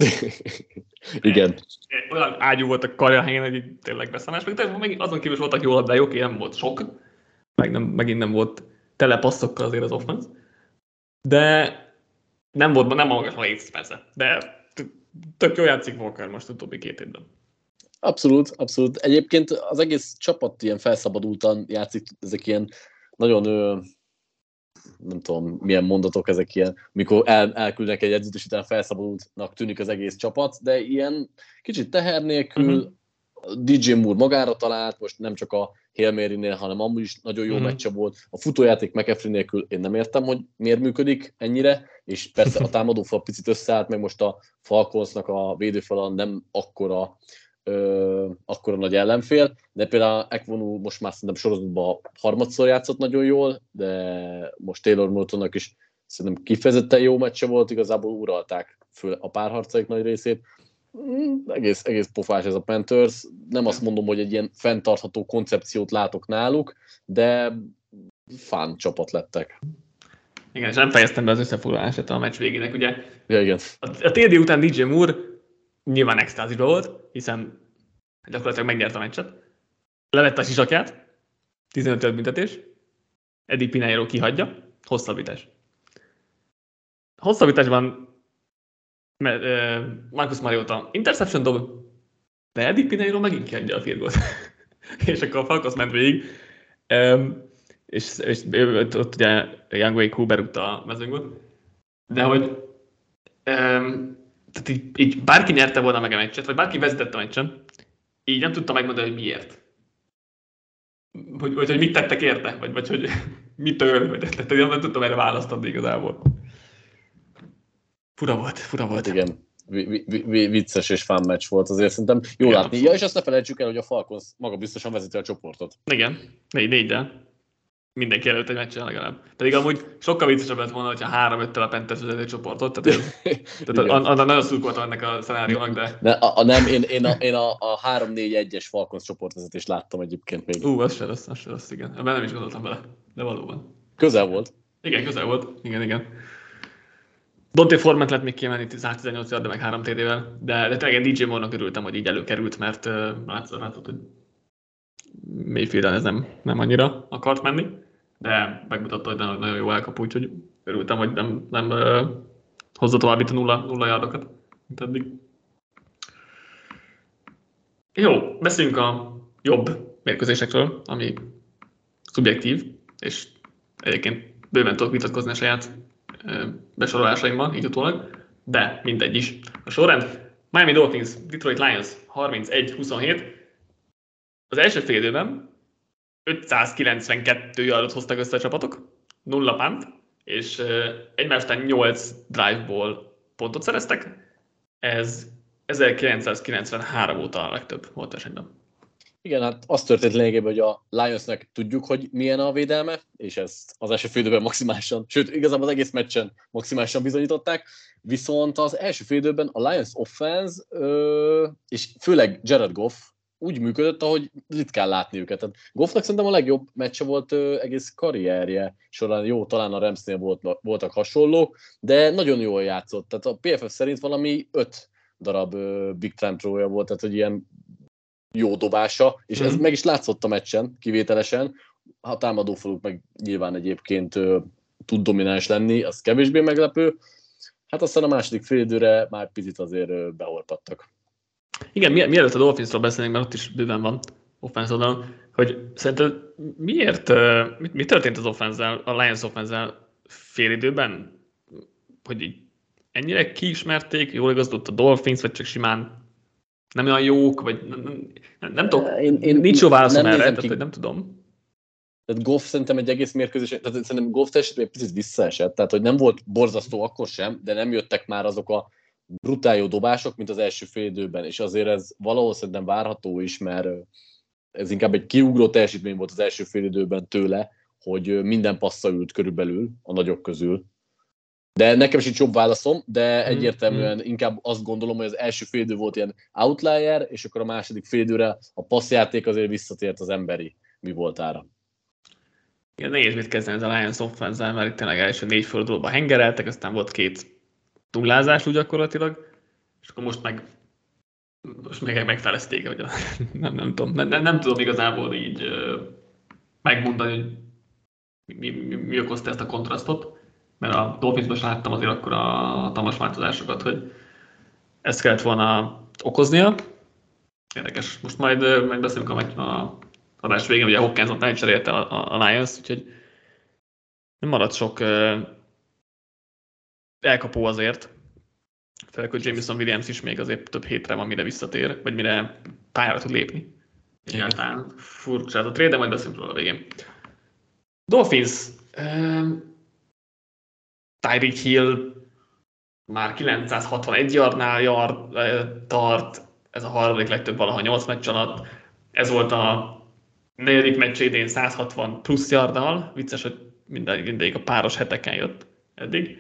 Igen. Olyan ágyú volt a karja helyén, hogy így tényleg beszánás. Meg azon kívül voltak jól, de oké, nem volt sok. Meg nem, megint nem volt tele passzokkal azért az offense. De nem volt, nem magas a létsz persze. De tök jól játszik Walker most utóbbi két hétben. Abszolút, abszolút. Egyébként az egész csapat ilyen felszabadultan játszik, ezek ilyen nagyon, nem tudom, milyen mondatok ezek ilyen, mikor el, elküldnek egy edzőt, és utána felszabadultnak tűnik az egész csapat, de ilyen kicsit teher nélkül, uh-huh. dé jé Moore magára talált, most nem csak a Hail Mary-nél, hanem amúgy is nagyon jó uh-huh. meccse volt. A futójáték McCaffrey nélkül én nem értem, hogy miért működik ennyire, és persze a támadófal picit összeállt, meg most a Falconsnak a védőfala nem akkora, ö, akkora nagy ellenfél, de például Ekwonu most már szerintem sorozatban harmadszor játszott nagyon jól, de most Taylor Motonnak is szerintem kifejezetten jó meccse volt, igazából uralták föl a párharcaik nagy részét. Mm, egész, egész pofás ez a Panthers. Nem azt mondom, hogy egy ilyen fenntartható koncepciót látok náluk, de fán csapat lettek. Igen, és nem fejeztem be az összefoglalását a meccs végének, ugye. Ja, igen. A, a té dé után dé jé Moore nyilván extázisban volt, hiszen gyakorlatilag megnyerte a meccset. Levette a sisakját, tizenöt büntetés, Eddie Pineiro kihagyja, hosszabbítás. Hosszabbításban Marcus Mariota interception dob, de Eddie Pineiro megint kihagyja a field goalt. És akkor a Falcons ment végig, és, és ott ugye Young Wei Koo berúgta a mezőnyből. De hogy um, tehát így, így bárki nyerte volna meg a meccset, vagy bárki vezetette a meccsen, így nem tudta megmondani, hogy miért. Hogy, vagy hogy mit tettek érte, vagy, vagy hogy mitől, vagy tehát nem tudtam erre választani igazából. Fura volt, fura volt. Hát igen, vi- vi- vicces és fán meccs volt, azért szerintem jó igen, látni. Ja, és azt ne felejtsük el, hogy a Falcons maga biztosan vezeti a csoportot. Igen, négy négyel. Mindenki előtt egy meccsen legalább. Pedig amúgy sokkal viccesebb lett volna, hogyha három-öttel a Panthers vezeti a csoportot. Tehát, tehát annak nagyon szurkoltam ennek a szenáriónak, de... de a, a, nem, én, én, a, én a, a három négy egyes Falcons csoportvezetést láttam egyébként még. Ú, az se rossz, az se rossz, igen. Ebben nem is gondoltam bele, de valóban. Közel volt. Igen, közel volt. Igen, igen. Dante Foreman lett még kiemelni száztizennyolc yard, de meg három té dé-vel, de, de tényleg dé jé Moore-nak örültem, hogy így előkerült, mert uh, látszott, látszott, hogy Mayfielden ez nem, nem annyira akart menni, de megmutatta, hogy nagyon, nagyon jó elkap, úgyhogy örültem, hogy nem, nem uh, hozza tovább itt a nulla, nulla yardokat, mint eddig. Jó, beszéljünk a jobb mérkőzésekről, ami szubjektív, és egyébként bőven tudok vitatkozni a saját besorolásaimban, így utólag, de mindegy is. A sorrend Miami Dolphins, Detroit Lions harmincegy huszonhét. Az első fél időben ötszázkilencvenkettő yardot hoztak össze a csapatok, nulla punt, és egymás után nyolc drive-ból pontot szereztek. Ez ezerkilencszázkilencvenhárom óta a legtöbb volt esetben. Igen, hát az történt lényegében, hogy a Lionsnek tudjuk, hogy milyen a védelme, és ezt az első fél időben maximálisan, sőt, igazából az egész meccsen maximálisan bizonyították, viszont az első fél időben a Lions offense, ö, és főleg Jared Goff úgy működött, ahogy ritkán látni őket. Tehát Goffnak szerintem a legjobb meccse volt ö, egész karrierje során, jó, talán a Ramsnél volt, voltak hasonlók, de nagyon jól játszott. Tehát a pé ef ef szerint valami öt darab ö, big time throw-ja volt, tehát hogy ilyen jó dobása, és ez mm. meg is látszott a meccsen, kivételesen. A támadófaluk meg nyilván egyébként ö, tud domináns lenni, az kevésbé meglepő. Hát aztán a második fél időre már picit azért ö, behorpadtak. Igen, mi, mielőtt a Dolphinsról beszélnénk, mert ott is bőven van offense oldalon, hogy szerinted miért, mi, mi történt az offense-zel, a Lions offense-zel fél időben, hogy így ennyire kiismerték, jól igazodott a Dolphins, vagy csak simán nem olyan jók, vagy nem, nem, nem, nem tudok, én, én nincs jó válaszom erre, tehát ki... nem tudom. Tehát Goff szerintem egy egész mérkőzés, tehát szerintem Goff teljesítmény egy picit visszaesett, tehát hogy nem volt borzasztó akkor sem, de nem jöttek már azok a brutál jó dobások, mint az első fél időben, és azért ez valahol szerintem várható is, mert ez inkább egy kiugró teljesítmény volt az első fél időben tőle, hogy minden passza ült körülbelül a nagyok közül. De nekem is jobb válaszom, de egyértelműen inkább azt gondolom, hogy az első fél idő volt ilyen outlier, és akkor a második fél időre a passzjáték azért visszatért az emberi mi voltára. Igen, nehéz mit kezdeni ez a Lions offense-zel, mert itt tényleg első négy fordulóban hengereltek, aztán volt két nullázás úgy gyakorlatilag, és akkor most meg most még megfelezték, hogy nem, nem, tudom, nem, nem, nem tudom igazából így uh, megmondani, hogy mi, mi, mi okozta ezt a kontrasztot, mert a Dolphinsban sem láttam azért akkor a hatalmas változásokat, hogy ezt kellett volna okoznia. Érdekes. Most majd megbeszélünk a, a adás végén, ugye a Hawkinsot elcserélte a, a Lions, úgyhogy nem maradt sok uh, elkapó azért. Főleg, hogy Jameson Williams is még azért több hétre van, mire visszatér, vagy mire pályára tud lépni. Egyáltalán furcsa ez a trade, de majd beszélünk róla a végén. Dolphins. Um, Tyreek Hill már kilencszázhatvanegy yardnál yard, tart, ez a harmadik legtöbb valaha nyolc meccs alatt. Ez volt a negyedik meccs idén százhatvan plusz yarddal, vicces, hogy mindegy, mindegy a páros heteken jött. eddig.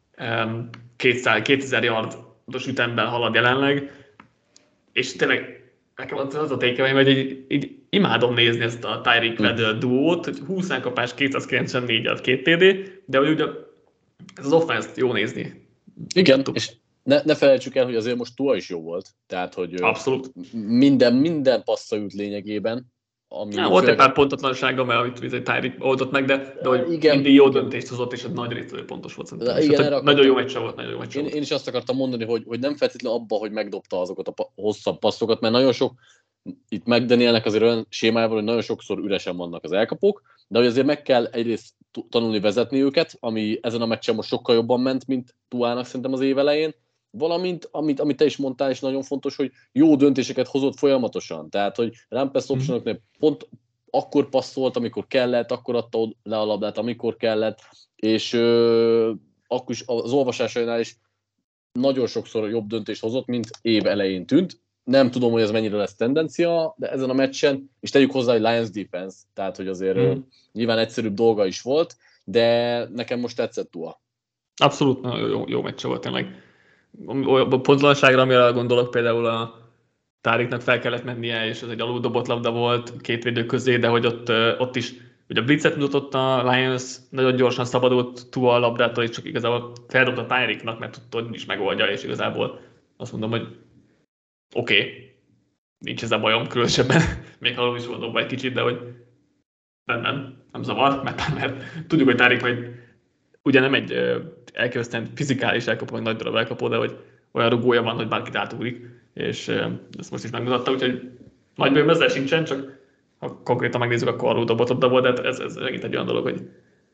kétezer yardos ütemben halad jelenleg, és tényleg nekem az a tékemény, hogy így, így imádom nézni ezt a Tyreek Weddle duót, hogy húsz elkapás, kétszázkilencvennégy yard, két té dé, de hogy ugye ez az offense-t jó nézni. Igen, és ne, ne felejtsük el, hogy azért most Tua is jó volt, tehát hogy abszolút. minden, minden passza ült lényegében. Ami ja, volt egy pár pontatlansága, mert amit Tyreek oldott meg, de, de hogy igen, mindig jó igen. döntést hozott, és nagy részről pontos volt szerintem. Igen, tehát, nagyon akartam, jó meccse volt, nagyon jó meccse én, volt. én is azt akartam mondani, hogy, hogy nem feltétlenül abba, hogy megdobta azokat a pa- hosszabb passzokat, mert nagyon sok, itt McDanielnek azért olyan sémájával, hogy nagyon sokszor üresen vannak az elkapók, de hogy azért meg kell egyrészt tanulni vezetni őket, ami ezen a meccsen most sokkal jobban ment, mint Tuának szerintem az év elején, valamint, amit, amit te is mondtál, és nagyon fontos, hogy jó döntéseket hozott folyamatosan. Tehát, hogy run pass optionoknál pont akkor passzolt, amikor kellett, akkor adta le a labdát, amikor kellett, és ö, akkor is az olvasásainál is nagyon sokszor jobb döntést hozott, mint év elején tűnt. Nem tudom, hogy ez mennyire lesz tendencia, de ezen a meccsen, és tegyük hozzá, hogy Lions defense, tehát, hogy azért mm. nyilván egyszerűbb dolga is volt, de nekem most tetszett Tua. Abszolút, nagyon jó, jó meccse volt tényleg. A pontlanságra, amire gondolok, például a Táriknak fel kellett mennie, és ez egy aluldobott labda volt két védő közé, de hogy ott, ott is ugye a blitzet mutatott a Lions, nagyon gyorsan szabadult Tua a labdától, és csak igazából feldobta a Táriknak, mert tudta, hogy is megoldja, és igazából azt mondom, hogy oké, okay, nincs ezzel bajom különösebben, még ha is mondom egy kicsit, de hogy nem, nem, nem zavar, mert, mert tudjuk, hogy Tárik majd ugye nem egy elképesztően fizikális elkapó, vagy nagy darab elkapó, de hogy olyan rugója van, hogy bárkit átugrik, és ezt most is megmutatta, úgyhogy nagy bőm ezzel sincsen, csak ha konkrétan megnézzük, akkor arról dobott labda volt, de ez, ez megint egy olyan dolog, hogy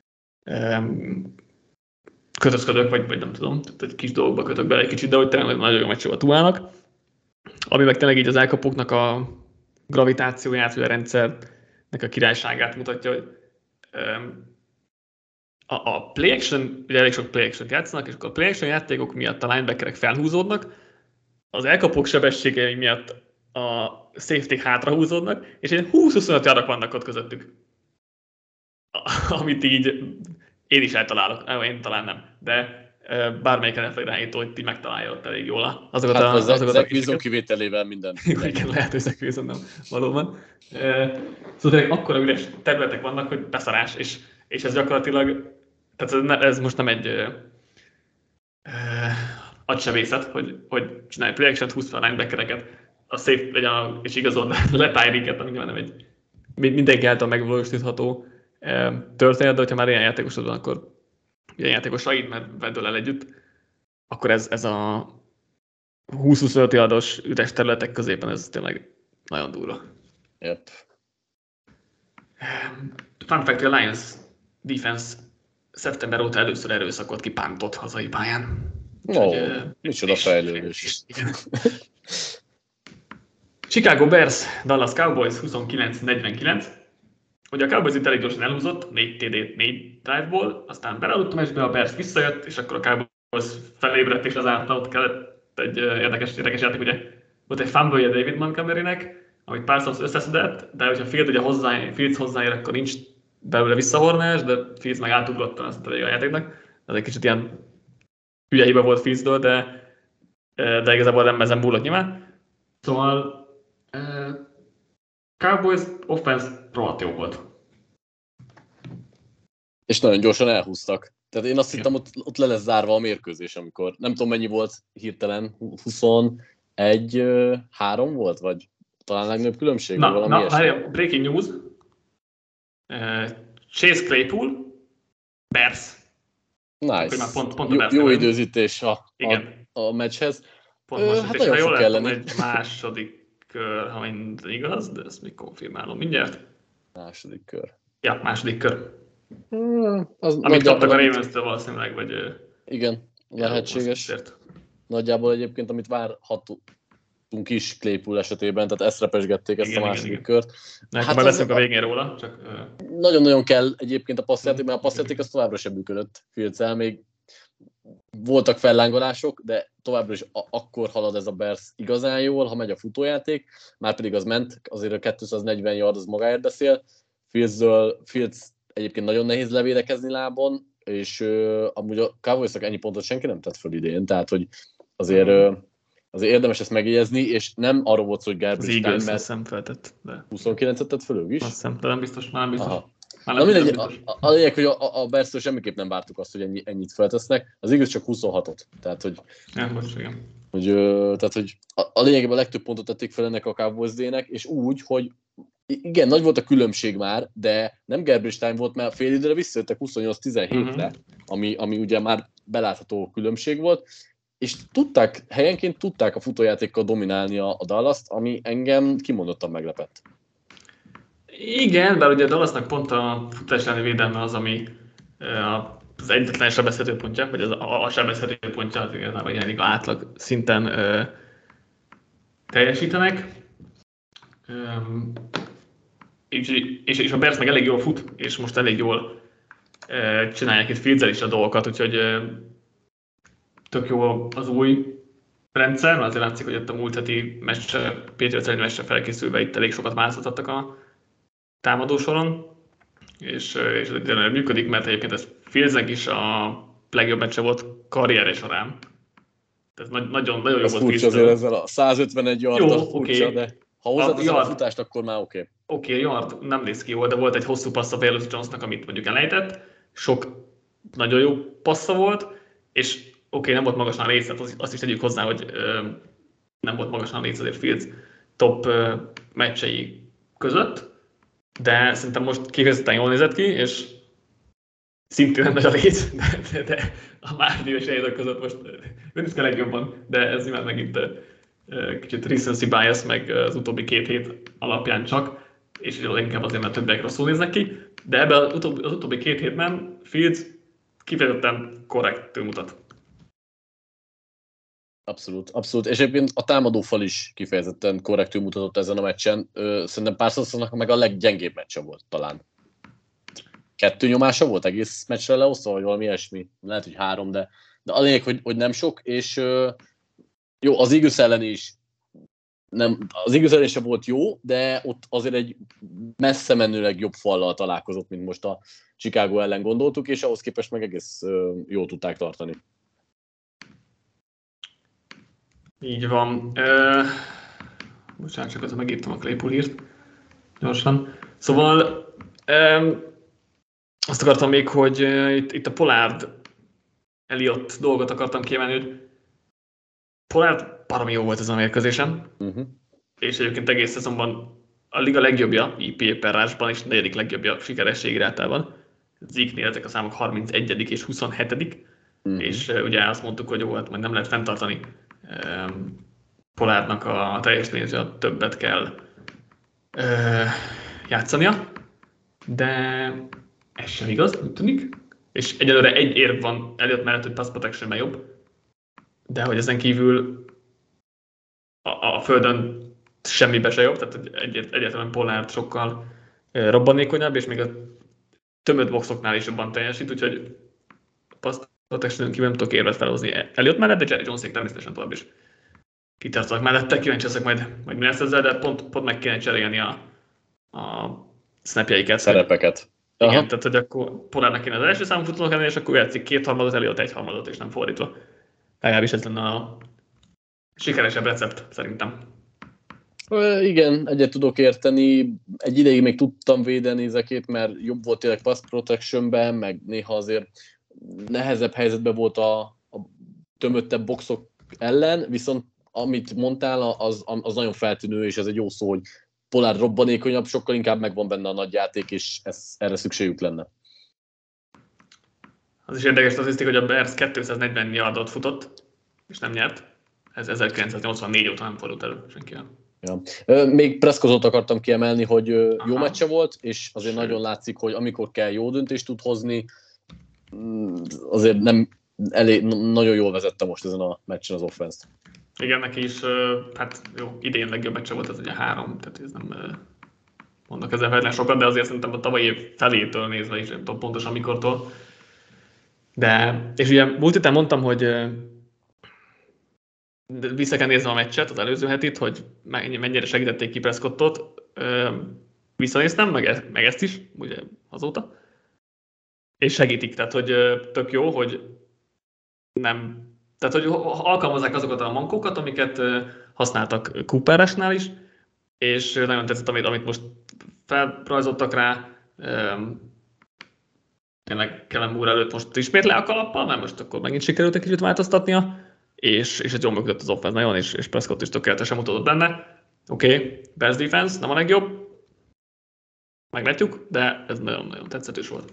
um, kötözködök, vagy, vagy nem tudom, tehát egy kis dolgokba kötök bele egy kicsit, de hogy tényleg nagyon jó meccse a Tuának, ami meg tényleg így az elkapóknak a gravitációját, vagy a rendszernek a királyságát mutatja, hogy um, a, a play action, ugye elég sok play action játszanak, és akkor a play action játékok miatt a linebackerek felhúzódnak, az elkapók sebességei miatt a safety hátrahúzódnak, és ilyen húsz-huszonöt yardok vannak ott közöttük. Amit így én is eltalálok, én talán nem, de bármelyik en ef el irányító, hogy ti megtalálja ott elég jól azokat hát, a, azokat Zach Wilson kivételével minden. Igen, lehet, hogy Zach Wilson nem, valóban. Szóval tényleg akkora üres területek vannak, hogy beszarás, és, és ez gyakorlatilag, tehát ez, ez most nem egy uh, uh, agysebészet, hogy, hogy csinálj play action-t, húsz fel a linebackereket, a safe, vagy a, és igazol le Tyreeket, ami nem egy mindenki által megvalósítható uh, történet, de hogyha már ilyen játékosod van, akkor ilyen játékosaid, mert Weddle el együtt, akkor ez, ez a húsz-huszonöt yardos üres területek középen ez tényleg nagyon durva. Yep. Fun fact, a Lions defense szeptember óta először erőszakot kipántott hazai pályán. Ó, oh, micsoda fejlődés. Chicago Bears, Dallas Cowboys huszonkilenc negyvenkilenc. Ugye a Cowboys itt elég gyorsan elhúzott, négy té dé, négy drive-ból, aztán belealudt a meccsbe, a Bears visszajött, és akkor a Cowboys felébredt és lezárta, ott kellett egy érdekes, érdekes játék, ugye volt egy fumble-je David Montgomerynek, amit Parsons összeszedett, de hogyha Fields ugye hozzá, Fields hozzáér, akkor nincs belőle visszahornás, de Fields meg átugrottan azt a játéknak. Ez egy kicsit ilyen hülye hiba volt Fieldsdől, de, de igazából nem ezen múlott nyilván. Szóval uh, Cowboys offense rohadt jó volt. És nagyon gyorsan elhúztak. Tehát én azt hittem, ott, ott le lesz zárva a mérkőzés, amikor nem tudom mennyi volt hirtelen, huszonegy három volt, vagy talán legnagyobb különbség? Na, valami na várjál, breaking news. Uh, Chase Claypool, Bears. Nice. Pont, pont jó, jó időzítés a, a, a meccshez. Pont most, hát nagyon jól lehet, egy második kör, ha minden igaz, de ezt még konfirmálom mindjárt. Második kör. Ja, második kör. Hmm, az amit kaptak a Ravens-től valószínűleg, vagy... Igen, lehetséges. Nagyjából egyébként, amit várhatunk is Claypool esetében, tehát ezt repesgették ezt igen, a második igen, kört. Igen. Hát majd beszélünk a végén róla, csak... Nagyon-nagyon kell egyébként a passzjáték, mert a passzjáték az továbbra sem működött Fields-el, még voltak fellángolások, de továbbra is a- akkor halad ez a Bears igazán jól, ha megy a futójáték, már pedig az ment, azért a kétszáznegyven yard az magáért beszél. Fields-dől, Fields egyébként nagyon nehéz levédekezni lábon, és uh, amúgy a Cowboysnak ennyi pontot senki nem tett föl idén, tehát hogy azért, uh, azért érdemes ezt megjegyezni, és nem arról volt szó, hogy Garbage Time, mert hiszem feltett, de huszonkilencet tett föl ők is? azt hiszem, de nem biztos, már nem biztos. Már Na nem mindegy, biztos. a, a lényeg, hogy a, a Bears-től semmiképp nem vártuk azt, hogy ennyi, ennyit feltesznek, az igaz csak huszonhatot. Tehát, hogy, Nem, most igen. hogy, ö, tehát, hogy a, a lényegében a legtöbb pontot tették fel ennek a Cowboys D-nek, és úgy, hogy igen, nagy volt a különbség már, de nem garbage time volt, mert fél időre visszajöttek huszonnyolc tizenhétre, uh-huh. ami, ami ugye már belátható különbség volt, és tudták, helyenként tudták a futójátékkal dominálni a, a Dallas-t, ami engem kimondottan meglepett. Igen, bár ugye a Dallasnak pont a futás elleni védelme az, ami az egyetlen sebezhető pontja, vagy az a, a sebezhető pontja, az igazából ilyen átlag szinten ö, teljesítenek. Üm, és, és, és a Bears meg elég jól fut, és most elég jól ö, csinálják itt Fieldsel is a dolgokat, úgyhogy ö, tök jó az új rendszer, azért látszik, hogy ott a múlt heti meccsre, Patriots elleni meccsre felkészülve itt elég sokat változtattak a támadósoron, és, és ez működik, mert egyébként ez Fieldsnek is a legjobb meccse volt karrierje során. Ez nagyon, nagyon jó ez volt furcsa azért ezzel a százötvenegy yardal furcsa, okay. De ha hozzáteszem a, a futást, akkor már oké. Okay. Oké, okay, yard nem néz ki jól, de volt egy hosszú passz a Velus Jonesnak, amit mondjuk elejtett. Sok nagyon jó passza volt, és oké, okay, nem volt magasan a rész, azt, azt is tegyük hozzá, hogy ö, nem volt magasan a rész azért Fields top ö, meccsei között, de szerintem most kifejezetten jól nézett ki, és szintén nem nagy a léc, de, de, de a második éves helyzetek között most nem is kell legjobban, de ez nyilván megint uh, kicsit recency bias, meg az utóbbi két hét alapján csak, és inkább azért, mert többiek rosszul néznek ki, de ebben az utóbbi, az utóbbi két hétben Fields kifejezetten korrektül mutat. Abszolút, abszolút. És egyébként a támadófal is kifejezetten korrektül mutatott ezen a meccsen. Szerintem Parsonsnak meg a leggyengébb meccse volt talán. Kettő nyomása volt egész meccsre leosztva, vagy valami ilyesmi. Lehet, hogy három, de, de a lényeg, hogy, hogy nem sok, és jó, az Eagles ellen is nem, az Eagles ellen sem volt jó, de ott azért egy messze menőleg jobb fallal találkozott, mint most a Chicago ellen gondoltuk, és ahhoz képest meg egész jól tudták tartani. Így van. Uh, bocsánat, csak azért megírtam a Claypool hírt gyorsan. Szóval um, azt akartam még, hogy uh, itt, itt a Pollard Elliott dolgot akartam kiemelni, hogy Pollard baromi jó volt ezen a mérkőzésen, uh-huh. és egyébként egész szezonban a liga legjobbja, i pé per rásban, és negyedik legjobbja sikerességi rátában. Zeke-nél ezek a számok harmincegyedik és huszonhetedik uh-huh. és uh, ugye azt mondtuk, hogy jó, hát majd nem lehet fenntartani um, Pollardnak a teljesítményező, a többet kell uh, játszania, de ez sem igaz, úgy tűnik. És egyelőre egy érv van Elliott mellett, hogy pass protection-ben jobb, de hogy ezen kívül a, a földön semmibe se jobb, tehát egy, egyáltalán Pollard sokkal uh, robbanékonyabb, és még a tömött boxoknál is jobban teljesít, úgyhogy pass protection kívül nem tudok érvet felhozni Elliott mellett, de Jerry Jones-ék természetesen tovább is kitartanak mellette, kíváncsi leszek majd, majd mi lesz ezzel, de pont, pont meg kéne cserélni a, a snapjeiket. Szerepeket. Igen, aha. Tehát hogy akkor Pollardnak kéne az első számú futónak lenni, és akkor játszik két harmadot, Elliott egy harmadot, és nem fordítva. Legalábbis ez lenne a sikeresebb recept, szerintem. Ö, igen, egyet tudok érteni. Egy ideig még tudtam védeni Zekét, mert jobb volt tényleg pass protectionben, meg néha azért nehezebb helyzetben volt a, a tömöttebb boxok ellen, viszont amit mondtál, az, az nagyon feltűnő, és ez egy jó szó, hogy Pollard robbanékonyabb, sokkal inkább megvan benne a nagy játék, és ez, erre szükségük lenne. Az is érdekes statisztika, hogy a Bears kétszáznegyven yardot futott, és nem nyert. Ez ezerkilencszáznyolcvannégy óta nem fordult elő senkivel. Ja. Még Prescottot akartam kiemelni, hogy jó aha. meccse volt, és azért Sőt. nagyon látszik, hogy amikor kell, jó döntést tud hozni, azért nem elég, nagyon jól vezette most ezen a meccsen az offense-t. Igen, neki is, hát jó, idén legjobb meccse volt, ez ugye három, tehát ez nem mondok ezzel feltétlenül sokat, de azért szerintem a tavalyi év felétől nézve is, nem tudom pontosan mikortól. De, és ugye múlt héten mondtam, hogy vissza kell néznem a meccset, az előző hetit, hogy mennyire segítették ki Prescottot. Visszanéztem, meg, e- meg ezt is, ugye azóta. és segítik, tehát hogy tök jó, hogy nem, tehát hogy alkalmazzák azokat a mankókat, amiket használtak Cooperesnál is, és nagyon tetszett, amit, amit most felrajzoltak rá, tényleg Kellen Moore előtt most ismét le a kalappal, mert most akkor megint sikerült egy kicsit változtatnia, és, és egy jól működött az offense nagyon, és, és Prescott is tökéletesen mutatott benne. Oké, okay, best defense, nem a legjobb, meglátjuk, de ez nagyon-nagyon tetszetős volt.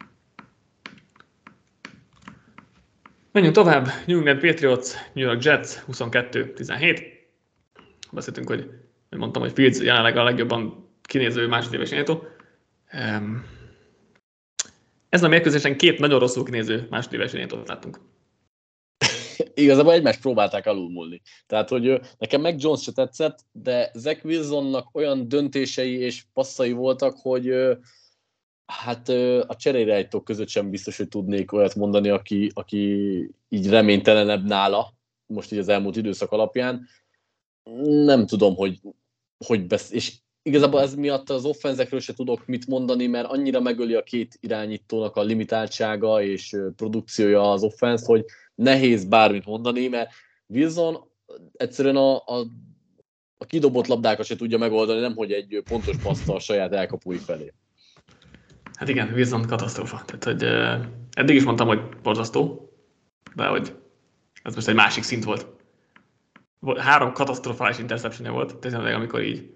Menjünk tovább, New England Patriots, New York Jets, huszonkettő tizenhét. Beszéltünk, hogy, hogy mondtam, hogy Fields jelenleg a legjobban kinéző másodéves irányító. Um, ezen a mérkőzésen két nagyon rosszul kinéző másodéves irányítót láttunk. Igazából egymást próbálták alulmúlni. Tehát, hogy nekem meg Jones se tetszett, de Zach Wilsonnak olyan döntései és passzai voltak, hogy hát a cseréirányítók között sem biztos, hogy tudnék olyat mondani, aki, aki így reménytelenebb nála, most így az elmúlt időszak alapján. Nem tudom, hogy, hogy besz... és igazából ez miatt az offenzekről se tudok mit mondani, mert annyira megöli a két irányítónak a limitáltsága és produkciója az offense, hogy nehéz bármit mondani, mert Wilson egyszerűen a, a, a kidobott labdákat se tudja megoldani, nemhogy egy pontos passzal a saját elkapói felé. Hát igen, Wilson katasztrófa. Tehát, hogy uh, eddig is mondtam, hogy borzasztó, de hogy ez most egy másik szint volt. Három katasztrofális interceptionje volt, tényleg, amikor így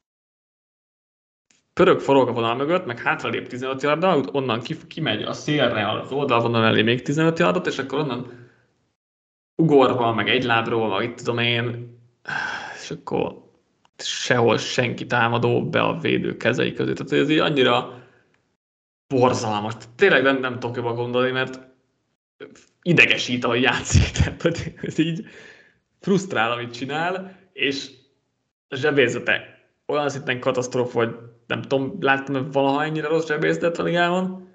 pörög, forog a vonal mögött, meg hátralép tizenöt yardra, onnan kimegy a szélre, az oldalvonal elé még tizenöt yardot, és akkor onnan ugorva, meg egy lábról, meg itt tudom én, és akkor sehol senki támadó be a védő kezei közé. Tehát ez így annyira borzalmas. Tényleg nem, nem tudok jobban gondolni, mert idegesít, ahogy játszik. Tehát hogy ez így frusztrál, amit csinál, és a zsebészete olyan szinten katasztrófa, hogy nem tudom, láttam valaha ennyire rossz zsebészetet a ligában.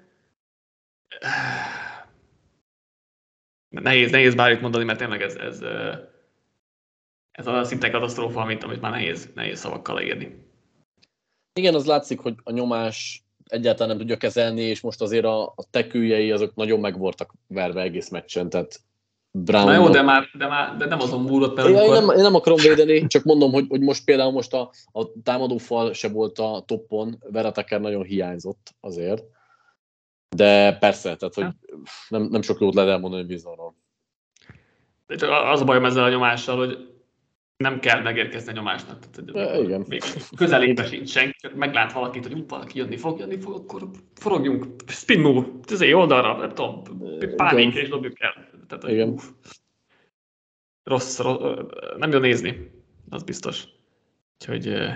Nehéz, nehéz bármit mondani, mert tényleg ez, ez, ez olyan szinten katasztrófa, amit, amit már nehéz, nehéz szavakkal leírni. Igen, az látszik, hogy a nyomás egyáltalán nem tudja kezelni, és most azért a, a tekőjei azok nagyon meg voltak verve egész meccsen, tehát Brown. Na jó, de, már, de, már, de nem azon múlott, mert én, amikor... én, nem, én nem akarom védeni, csak mondom, hogy, hogy most például most a, a támadófal se volt a toppon, Vera Tucker nagyon hiányzott azért. De persze, tehát hogy nem, nem sok jót lehet elmondani Wilsonról. Az a bajom ezzel a nyomással, hogy nem kell megérkezni a nyomásnak. Tehát, e, igen. Még közelébe sincs senki, meglát valakit, hogy valaki jönni fog, jönni fog, akkor forogjunk, spin move, tüzé oldalra, nem tudom, pánik és dobjuk el. Tehát, igen. Uf, rossz, rossz, nem jön nézni, az biztos. Úgyhogy uh,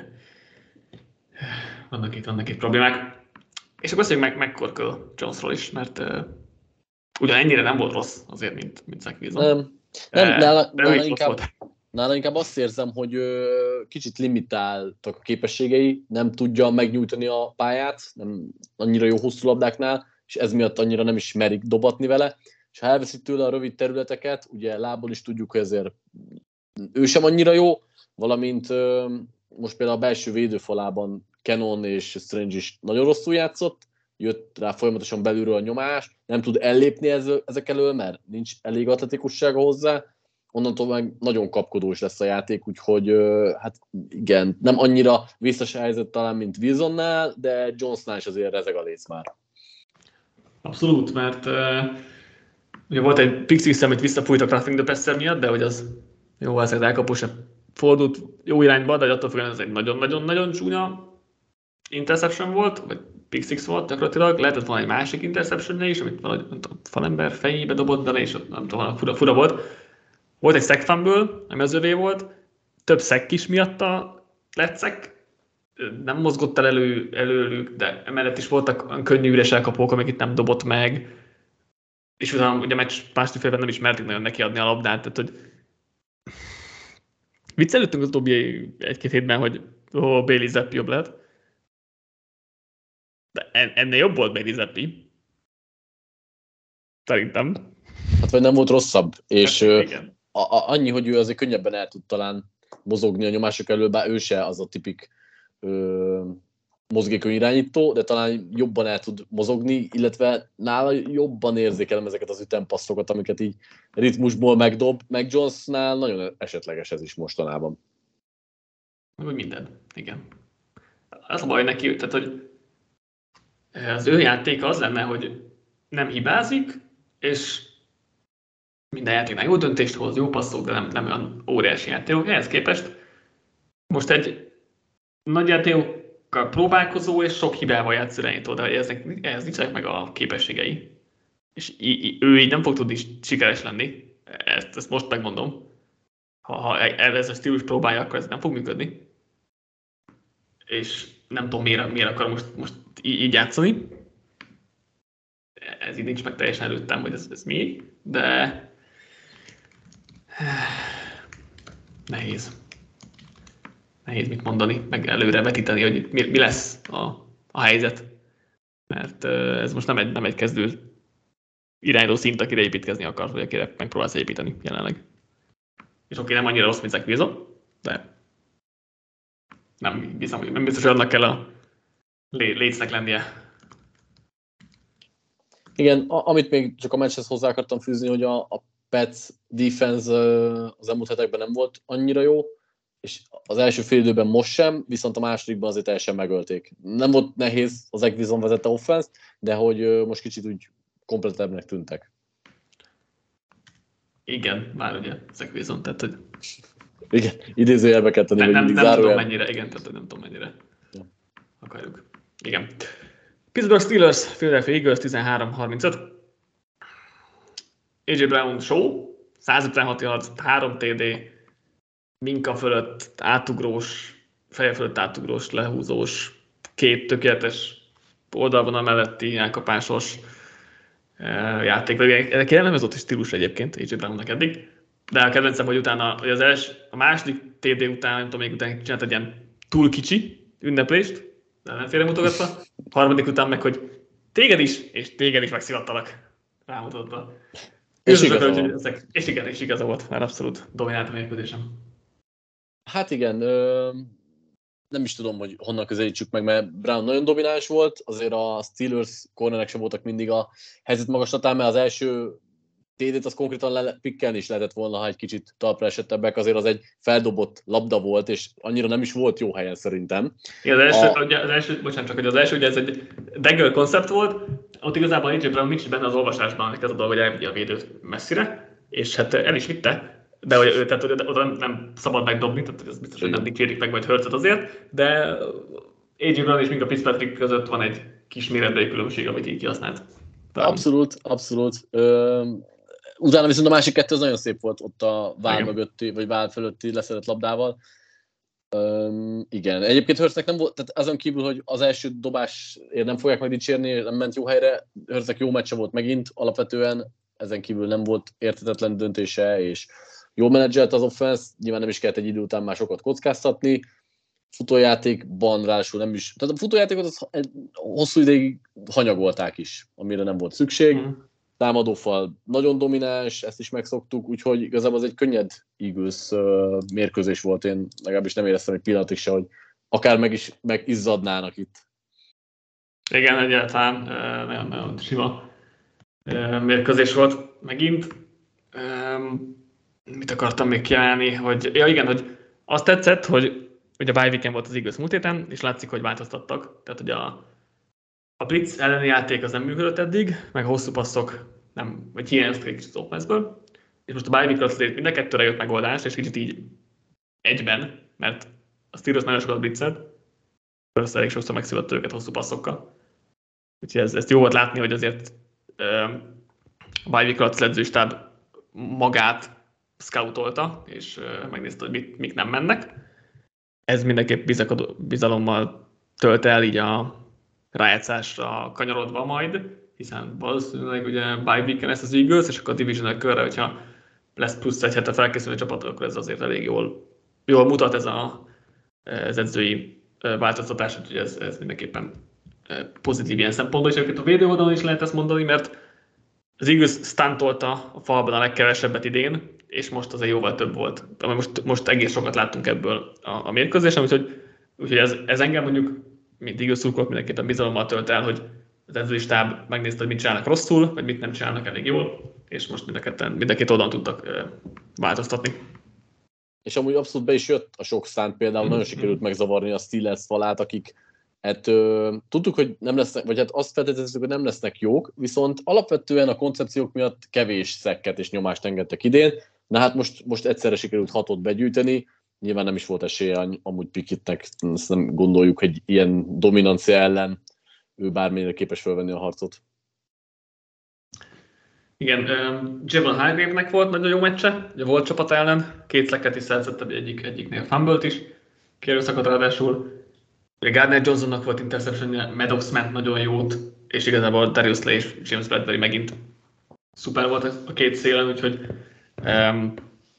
vannak itt, vannak itt problémák. És akkor beszéljünk meg McCorkle Jonesról is, mert uh, ugyan ennyire nem volt rossz azért, mint, mint Zach Wilson. Nem, nem uh, nála, de nála, inkább, nála inkább azt érzem, hogy ö, kicsit limitáltak a képességei, nem tudja megnyújtani a pályát, nem annyira jó hosszú labdáknál, és ez miatt annyira nem is merik dobatni vele, és ha elveszik tőle a rövid területeket, ugye lából is tudjuk, hogy ezért ő sem annyira jó, valamint ö, most például a belső védőfalában Cannon és Strange is nagyon rosszul játszott, jött rá folyamatosan belülről a nyomás, nem tud ellépni ez, ezek elől, mert nincs elég atletikussága hozzá, onnantól meg nagyon kapkodós lesz a játék, úgyhogy hát igen, nem annyira visszas helyzet talán, mint Wilsonnál, de Jonesnál is azért rezeg a léc már. Abszolút, mert uh, ugye volt egy pick six, amit visszafújtak Roughing the Passer miatt, de hogy az jó, ez egy elkapó sem fordult jó irányba, de attól függően ez egy nagyon-nagyon-nagyon csúnya interception volt, vagy pick six volt gyakorlatilag, lehetett volna egy másik interception is, amit valahogy, nem tudom, falember fejébe dobott bele, és nem tudom, fura, fura volt. Volt egy sack fumble, ami az övé volt, több sack is miatta lett sack, nem mozgott el elő, előlük, de emellett is voltak könnyű üres elkapók, amik itt nem dobott meg, és utána ugye a meccs második félben nem is merték nagyon nekiadni a labdát, tehát hogy viccelődtünk az utóbbi egy-két hétben, hogy oh, Bailey Zappi jobb lehet. De ennél jobb volt Bailey Zappi. Szerintem. Hát vagy nem volt rosszabb, és hát, a, a, annyi, hogy ő azért könnyebben el tud talán mozogni a nyomások elől, bár ő se az a tipik ö, mozgékony irányító, de talán jobban el tud mozogni, illetve nála jobban érzékelem ezeket az ütempasszokat, amiket így ritmusból megdob, meg Jonesnál nagyon esetleges ez is mostanában. Meg úgy minden, igen. Az a baj neki, tehát, hogy az ő játéka az lenne, hogy nem hibázik, és minden játéknál jó döntést hoz, jó passzok, de nem, nem olyan óriási játékok. Ehhez képest most egy nagy játékokkal próbálkozó és sok hibával játszó irányító, de ezek, ehhez nincsenek meg a képességei. És í- í- ő így nem fog tudni sikeres lenni. Ezt, ezt most megmondom. Ha, ha ez a stílus próbálja, akkor ez nem fog működni. És nem tudom, miért, miért akar most, most így, így játszani. Ez így nincs meg teljesen előttem, hogy ez, ez mi, de nehéz. Nehéz mit mondani, meg előre vetíteni, hogy mi, mi lesz a, a helyzet. Mert ez most nem egy, nem egy kezdő irányító szint, akire építkezni akar, vagy akire megpróbálsz építeni jelenleg. És oké, nem annyira rossz, mint Zach Wilson, de nem, biztos, nem biztos, hogy annak kell a létsznek lennie. Igen, a, amit még csak a meccshez hozzá akartam fűzni, hogy a, a Pets defense az elmúlt hetekben nem volt annyira jó, és az első fél időben most sem, viszont a másodikban azért teljesen megölték. Nem volt nehéz az Zach Wilson vezette offense, de hogy most kicsit úgy komplettebbnek tűntek. Igen, már ugye Zach Wilson, tehát hogy... Igen, idézőjelbe kell tenni, nem, vagy nem, mindig nem zárójel. tudom mennyire, igen, tehát nem tudom mennyire ja. akarjuk. Igen. Pittsburgh Steelers, Philadelphia Eagles tizenhárom harmincöt. á jé Brown show, százötvenhat yard, három té dé, Minka fölött átugrós, feje fölött átugrós, lehúzós, két tökéletes oldalvonal melletti elkapásos játék. Ennek jellemző is stílus egyébként á jé Brownnak eddig. De a kedvencem, hogy utána, hogy az els, a második té dé után, nem tudom, még utána csinált egy ilyen túl kicsi ünneplést, de nem félremutogatva. A harmadik után meg, hogy téged is, és téged is megszivattalak. Rámutatva. És igaza volt. Ezek, és igen, és igaza volt, már abszolút dominált a mérkőzésem. Hát igen, ö, nem is tudom, hogy honnan közelítsük meg, mert Brown nagyon domináns volt, azért a Steelers cornerek sem voltak mindig a helyzet magaslatán, mert az első té dét az konkrétan le, pikkelni is lehetett volna, ha egy kicsit talpra esettebbek, azért az egy feldobott labda volt, és annyira nem is volt jó helyen szerintem. Igen, az első, a... ugye, az első, bocsánat, csak hogy az első, ugye ez egy dagger koncept volt, ott igazából á jé Brown nincs benne az olvasásban, ez a dolog, hogy elvigye a védőt messzire, és hát el is vitte, de hogy, tehát, hogy oda nem, nem szabad megdobni, tehát ez biztos, hogy nem dicsérik meg majd Hurtsot azért, de á jé Brown és Minka Fitzpatrick között van egy kis méretbeli különbség, amit így kihasznált. Talán. Abszolút, abszolút. Ö... Utána viszont a másik kettő az nagyon szép volt ott a vál mögötti, vagy vál fölötti leszedett labdával. Üm, igen, egyébként Hurtsnek nem volt, tehát azon kívül, hogy az első dobásért nem fogják megdicsérni, nem ment jó helyre, Hurtsnek jó meccse volt megint, alapvetően ezen kívül nem volt érthetetlen döntése, és jól menedzselt az offense, nyilván nem is kellett egy idő után már sokat kockáztatni. Futójátékban ráadásul nem is, tehát a futójátékot az hosszú ideig hanyagolták is, amire nem volt szükség. Mm. Támadófal nagyon domináns, ezt is megszoktuk, úgyhogy igazából az egy könnyed Eagles uh, mérkőzés volt, én legalábbis nem éreztem egy pillanatig se, hogy akár meg is megizzadnának itt. Igen, egyáltalán nagyon-nagyon sima mérkőzés volt megint. Mit akartam még kiemelni, hogy ja igen, hogy azt tetszett, hogy ugye a bye weekend volt az Eagles múlt héten, és látszik, hogy változtattak, tehát hogy a A blitz elleni játék az nem működött eddig, meg a hosszú passzok nem, vagy hiányoztak egy kicsit offense-ből. És most a bye week azért mind a kettőre jött megoldás, és kicsit így egyben, mert a Steelers nagyon sokat blitzelt, persze elég sokszor megszívott őket hosszú passzokkal. Úgyhogy ez, ezt jó volt látni, hogy azért a bye week alatt az edzőstáb magát scoutolta, és megnézte, hogy mit, mik nem mennek. Ez mindenképp bizalommal tölt el így a rájátszásra kanyarodva majd, hiszen valószínűleg ugye bye weekend lesz az Eagles, és akkor a divisional körre, hogyha lesz plusz egy hete felkészülő csapat, akkor ez azért elég jól, jól mutat ez a, az edzői változtatás, úgyhogy ez, ez mindenképpen pozitív ilyen szempontból, és egyébként a védő oldalon is lehet ezt mondani, mert az Eagles stuntolta a falban a legkevesebbet idén, és most azért jóval több volt. Most, most egész sokat láttunk ebből a, a mérkőzésen, úgyhogy, úgyhogy ez, ez engem mondjuk mint Eagles szurkolók mindenképpen bizalommal tölt el, hogy az edzőistáb megnézte, hogy mit csinálnak rosszul, vagy mit nem csinálnak elég jól, és most mind a, ketten, mind a két oldalon tudtak uh, változtatni. És amúgy abszolút be is jött a sok szánt, például mm-hmm. nagyon sikerült megzavarni a Steelers falát, akik hát ö, tudtuk, hogy nem lesznek, vagy hát azt feltételezzük, hogy nem lesznek jók, viszont alapvetően a koncepciók miatt kevés szekket és nyomást engedtek idén, na hát most, most egyszerre sikerült hatot begyűjteni, nyilván nem is volt esélye amúgy Pickettnek, ezt nem gondoljuk, hogy ilyen dominancia ellen ő bármennyire képes felvenni a harcot. Igen, um, Javon Hargrave-nek volt nagyon jó meccse, ugye volt csapat ellen, két szekket is szerzett, egyik, egyiknél fumble-t is, kérőszakot ráadásul. Gardner Johnsonnak volt interception, Maddox ment nagyon jót, és igazából Darius Slay és James Bradbury megint szuper volt a két szélen, úgyhogy um,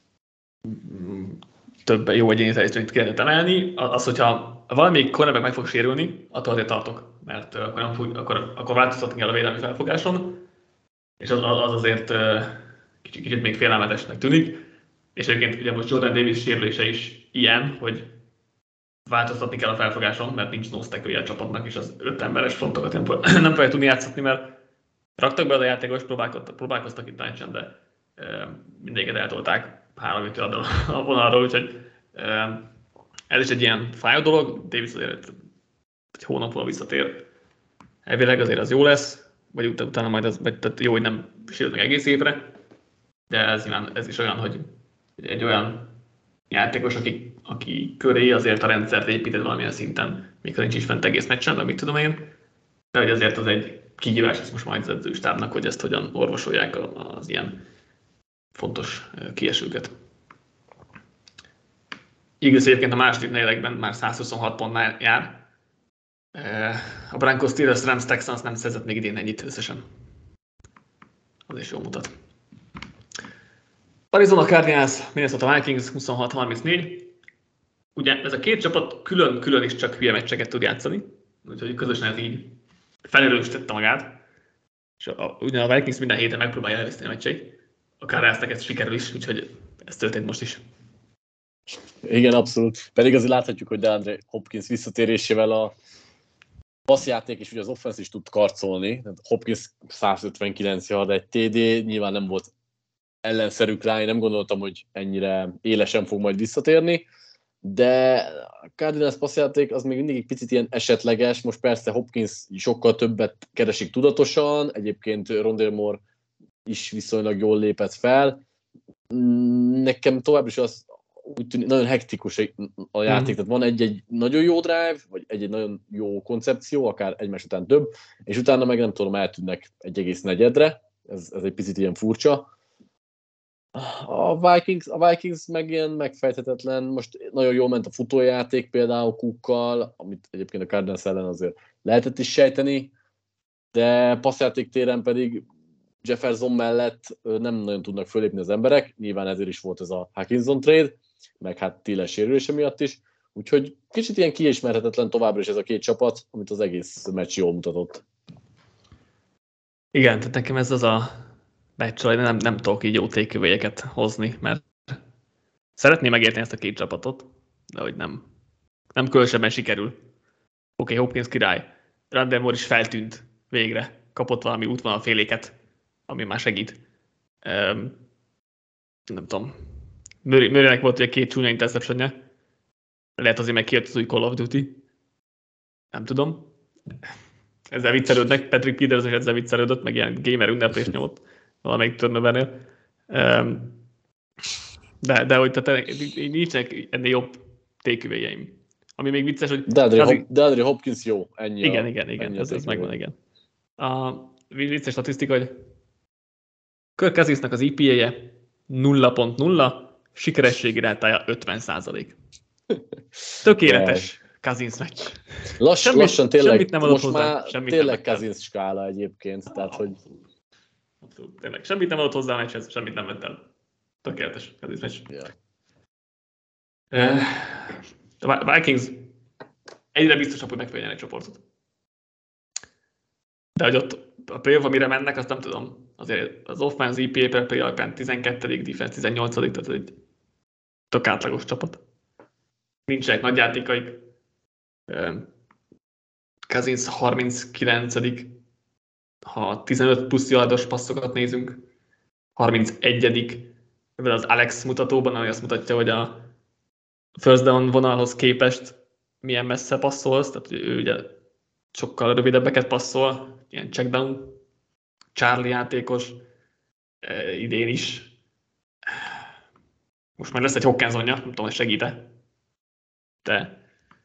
több jó egyéni teljesítményt kellett emelni. Az, hogyha valamelyik cornerback meg fog sérülni, attól azért tartok, mert akkor, nem fog, akkor, akkor változtatni kell a védelmi felfogáson, és az, az azért kicsit, kicsit még félelmetesnek tűnik. És egyébként ugye most Jordan Davis sérülése is ilyen, hogy változtatni kell a felfogáson, mert nincs nose tackle a csapatnak, és az öt emberes frontokat nem, nem fogja tudni játszatni, mert raktak be a játékos, próbálkoztak, próbálkoztak itt tanácsen, de e, mindegyiket eltolták három öt a vonalról, úgyhogy e, ez is egy ilyen fájó dolog. Davis azért egy hónap múlva visszatér. Elvileg azért az jó lesz, vagy ut- utána majd az, vagy, tehát jó, hogy nem sérült meg egész évre, de ez, nyilván, ez is olyan, hogy egy olyan játékos, aki, aki köré azért a rendszert épített valamilyen szinten, mikor nincs is fent egész meccsen, vagy mit tudom én, de hogy azért az egy kihívás lesz most majd az edzőstábnak, hogy ezt hogyan orvosolják az ilyen fontos kiesőket. Igaz, egyébként a második negyedekben már száz huszonhat pontnál jár. A Broncos, Steelers, Rams, Texans nem szerzett még idén ennyit összesen. Az is jól mutat. Arizona Cardinals, Minnesota Vikings huszonhat harmincnégy. Ugye ez a két csapat külön-külön is csak hülye meccseket tud játszani, úgyhogy közösen ez így felerősítette magát. És a, ugye a Vikings minden héten megpróbálja elveszteni a meccseit. A Cardinalsnek ez sikerül is, úgyhogy ez történt most is. Igen, abszolút. Pedig azért láthatjuk, hogy DeAndre Hopkins visszatérésével a passzjáték és ugye az offense is tud karcolni. Hopkins száz ötvenkilenc yard, egy té dé, nyilván nem volt ellenszerük rá, én nem gondoltam, hogy ennyire élesen fog majd visszatérni, de a Cardinals passzjáték az még mindig egy picit ilyen esetleges, most persze Hopkins sokkal többet keresik tudatosan, egyébként Rondale Moore is viszonylag jól lépett fel. Nekem továbbra is az úgy tűnik, nagyon hektikus a játék, mm. tehát van egy-egy nagyon jó drive, vagy egy-egy nagyon jó koncepció, akár egymás után több, és utána meg nem tudom, eltűnnek egy egész negyedre, ez, ez egy picit ilyen furcsa. A Vikings, a Vikings meg ilyen megfejthetetlen, most nagyon jól ment a futójáték például Cookkal, amit egyébként a Cardinals ellen azért lehetett is sejteni, de passzjáték téren pedig Jefferson mellett nem nagyon tudnak fölépni az emberek, nyilván ezért is volt ez a Hutchinson trade, meg hát Thielen sérülése miatt is, úgyhogy kicsit ilyen kiismerhetetlen továbbra is ez a két csapat, amit az egész meccs jól mutatott. Igen, tehát nekem ez az a meccs, hogy nem, nem tudok így jó tékövelyeket hozni, mert szeretném megérteni ezt a két csapatot, de hogy nem, nem különösebben sikerül. Oké, okay, Hopkins király. Rondale Moore is feltűnt végre, kapott valami útvonalféléket, ami már segít. Um, nem tudom. Murraynek volt ugye két csúnya interceptionje. Lehet azért meg kijött az új Call of Duty. Nem tudom. Ezzel viccelődnek. Patrick Peters is ezzel viccelődött, meg ilyen gamer ünneplés nyomott valamelyik turnovernél. Um, de, de hogy tehát nincsenek ennél jobb téküvéjeim. Ami még vicces, hogy... Deandre, Hop, Deandre Hopkins jó. Ennyi igen, a, igen, igen. ennyi ez, ez megvan, igen. A vicces statisztika, hogy Kirk Cousinsnak az i pé á-je nulla pont nulla, sikerességi rátája ötven százalék. Tökéletes Cousins meccs. Lass, semmit, lassan tényleg, semmit nem adott most hozzá, már semmit tényleg Cousins skála egyébként. Tehát, hogy... Abszolút, tényleg. Semmit nem adott hozzá a meccshez, semmit nem vett el. Tökéletes Cousins meccs. Yeah. A Vikings egyre biztosabb, hogy meg fogja nyerni egy csoportot. De hogy ott a playoff, amire mennek, azt nem tudom. Azért az offense i pé á per play alapján tizenkettedik, defense tizennyolcadik, tehát egy tök átlagos csapat. Nincsenek nagy játékaik. Cousins harminckilencedik ha tizenöt plusz yardos passzokat nézünk, harmincegyedik ebben az Alex mutatóban, ami azt mutatja, hogy a first down vonalhoz képest milyen messze passzolsz, tehát ő ugye sokkal rövidebbeket passzol, ilyen check down, Charlie játékos, e, idén is. Most már lesz egy Hawkinsonja, nem tudom, hogy segít-e. De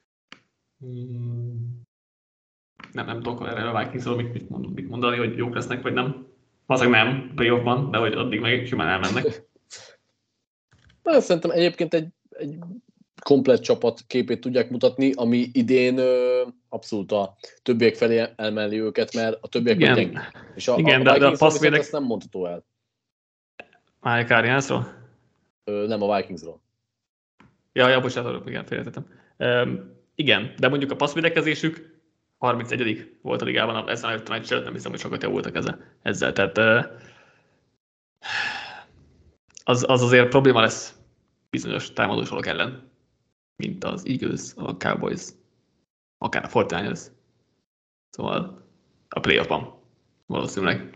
nem, nem tudok erre a Vikingsról mit, mit, mit mondani, hogy jók lesznek, vagy nem. Valószínűleg nem, playoffban, de hogy addig meg simán elmennek. Na, szerintem egyébként egy, egy komplett csapat képét tudják mutatni, ami idén ö, abszolút a többiek felé elmenli őket, mert a többiek igen. gyenge. És a, igen, a, a a de, de a passzvédek... ezt nem mondható el. Mike Ariansról? Nem, a Vikingsról. Ja, ja, bocsánat, igen, félretettem. Um, igen, de mondjuk a passzvédekezésük harmincegyedik volt a ligában, ezen előtt a meccs előtt, nem hiszem, hogy sokat javultak ezzel. ezzel. Tehát uh, az, az azért probléma lesz bizonyos támadósorok ellen, mint az Eagles, a Cowboys, akár a negyvenkilencesek. Szóval a playoffban valószínűleg.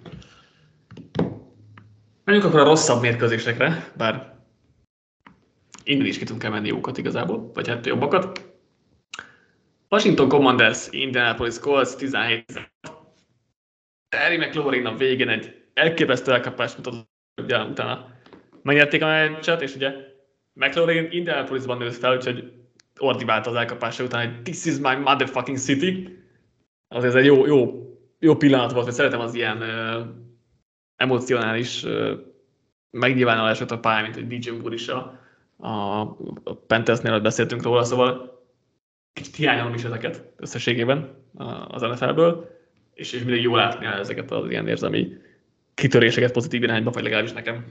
Menjünk akkor a rosszabb mérkőzésekre, bár innen is ki tudunk emelni jókat igazából, vagy hát jobbakat. Washington Commanders, Indianapolis Colts tizenhét. Terry McLaurin a végén egy elképesztő elkapást mutatott, ugye utána megnyerték a meccset, és ugye McLaurin Indianapolisban nőtt fel, úgyhogy ordibált az elkapása után, hogy this is my motherfucking city. Azért ez egy jó, jó, jó pillanat volt, mert szeretem az ilyen uh, emocionális uh, megnyilvánulásokat a pályán, mint hogy dé jé Moore is a, a, a Panthersnél, hogy beszéltünk róla, szóval kicsit hiányolom is ezeket összességében az en ef el-ből, és, és mindig jól látni ezeket az ilyen érzelmi kitöréseket pozitív irányba, vagy legalábbis nekem.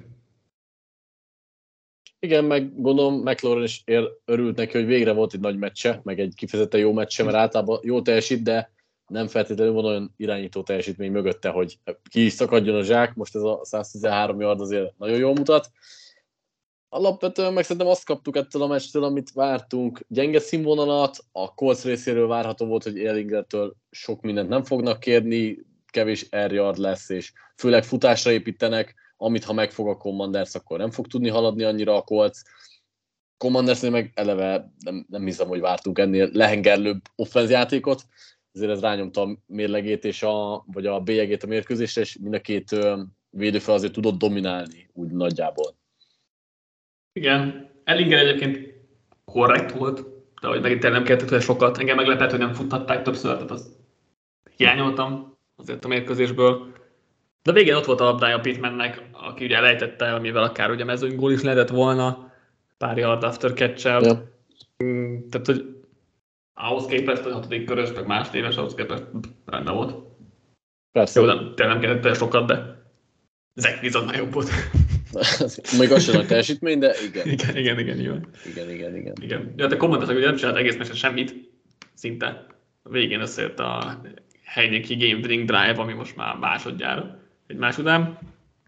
Igen, meg gondolom McLaurin is ér, örült neki, hogy végre volt egy nagy meccse, meg egy kifejezetten jó meccse, mert általában jó teljesít, de nem feltétlenül van olyan irányító teljesítmény mögötte, hogy ki is szakadjon a zsák. Most ez a száztizenhárom yard azért nagyon jól mutat. Alapvetően meg szerintem azt kaptuk ettől a meccstől, amit vártunk. Gyenge színvonalat, a Colts részéről várható volt, hogy Ehlingertől sok mindent nem fognak kérni, kevés air yard lesz, és főleg futásra építenek, amit ha megfog a Commanders, akkor nem fog tudni haladni annyira a Colts. Commandersnél meg eleve nem, nem hiszem, hogy vártunk ennél lehengerlőbb offenzjátékot, ezért ez rányomta a mérlegét és a, vagy a bélyegét a mérkőzésre, és mind a két védőfel azért tudott dominálni, úgy nagyjából. Igen, Ehlinger egyébként korrekt volt, de hogy megint nem kellett tőle sokat. Engem meglepett, hogy nem futtatták többször, tehát azt hiányoltam azért a mérkőzésből. De végén ott volt a labdája Pittmannek, aki ugye elejtette, amivel akár ugye mezőnygól is lehetett volna, pár yard after catch-el. Ja. Tehát, hogy ahhoz képest, hogy hatodik körös, meg más éves, ahhoz képest rendben volt. Persze. Jó, nem, nem kellett tőle sokat, de Zach Wilson már jobb volt. Még az sem nagy teljesítmény, de igen. Igen, igen, igen, igen. Igen, igen, igen. igen. Ja, de kommenteltek, hogy nem csinált egész meccsen semmit, szinte. A végén összejött a Heineke Game Winning Drive, ami most már másodjára, egymás után.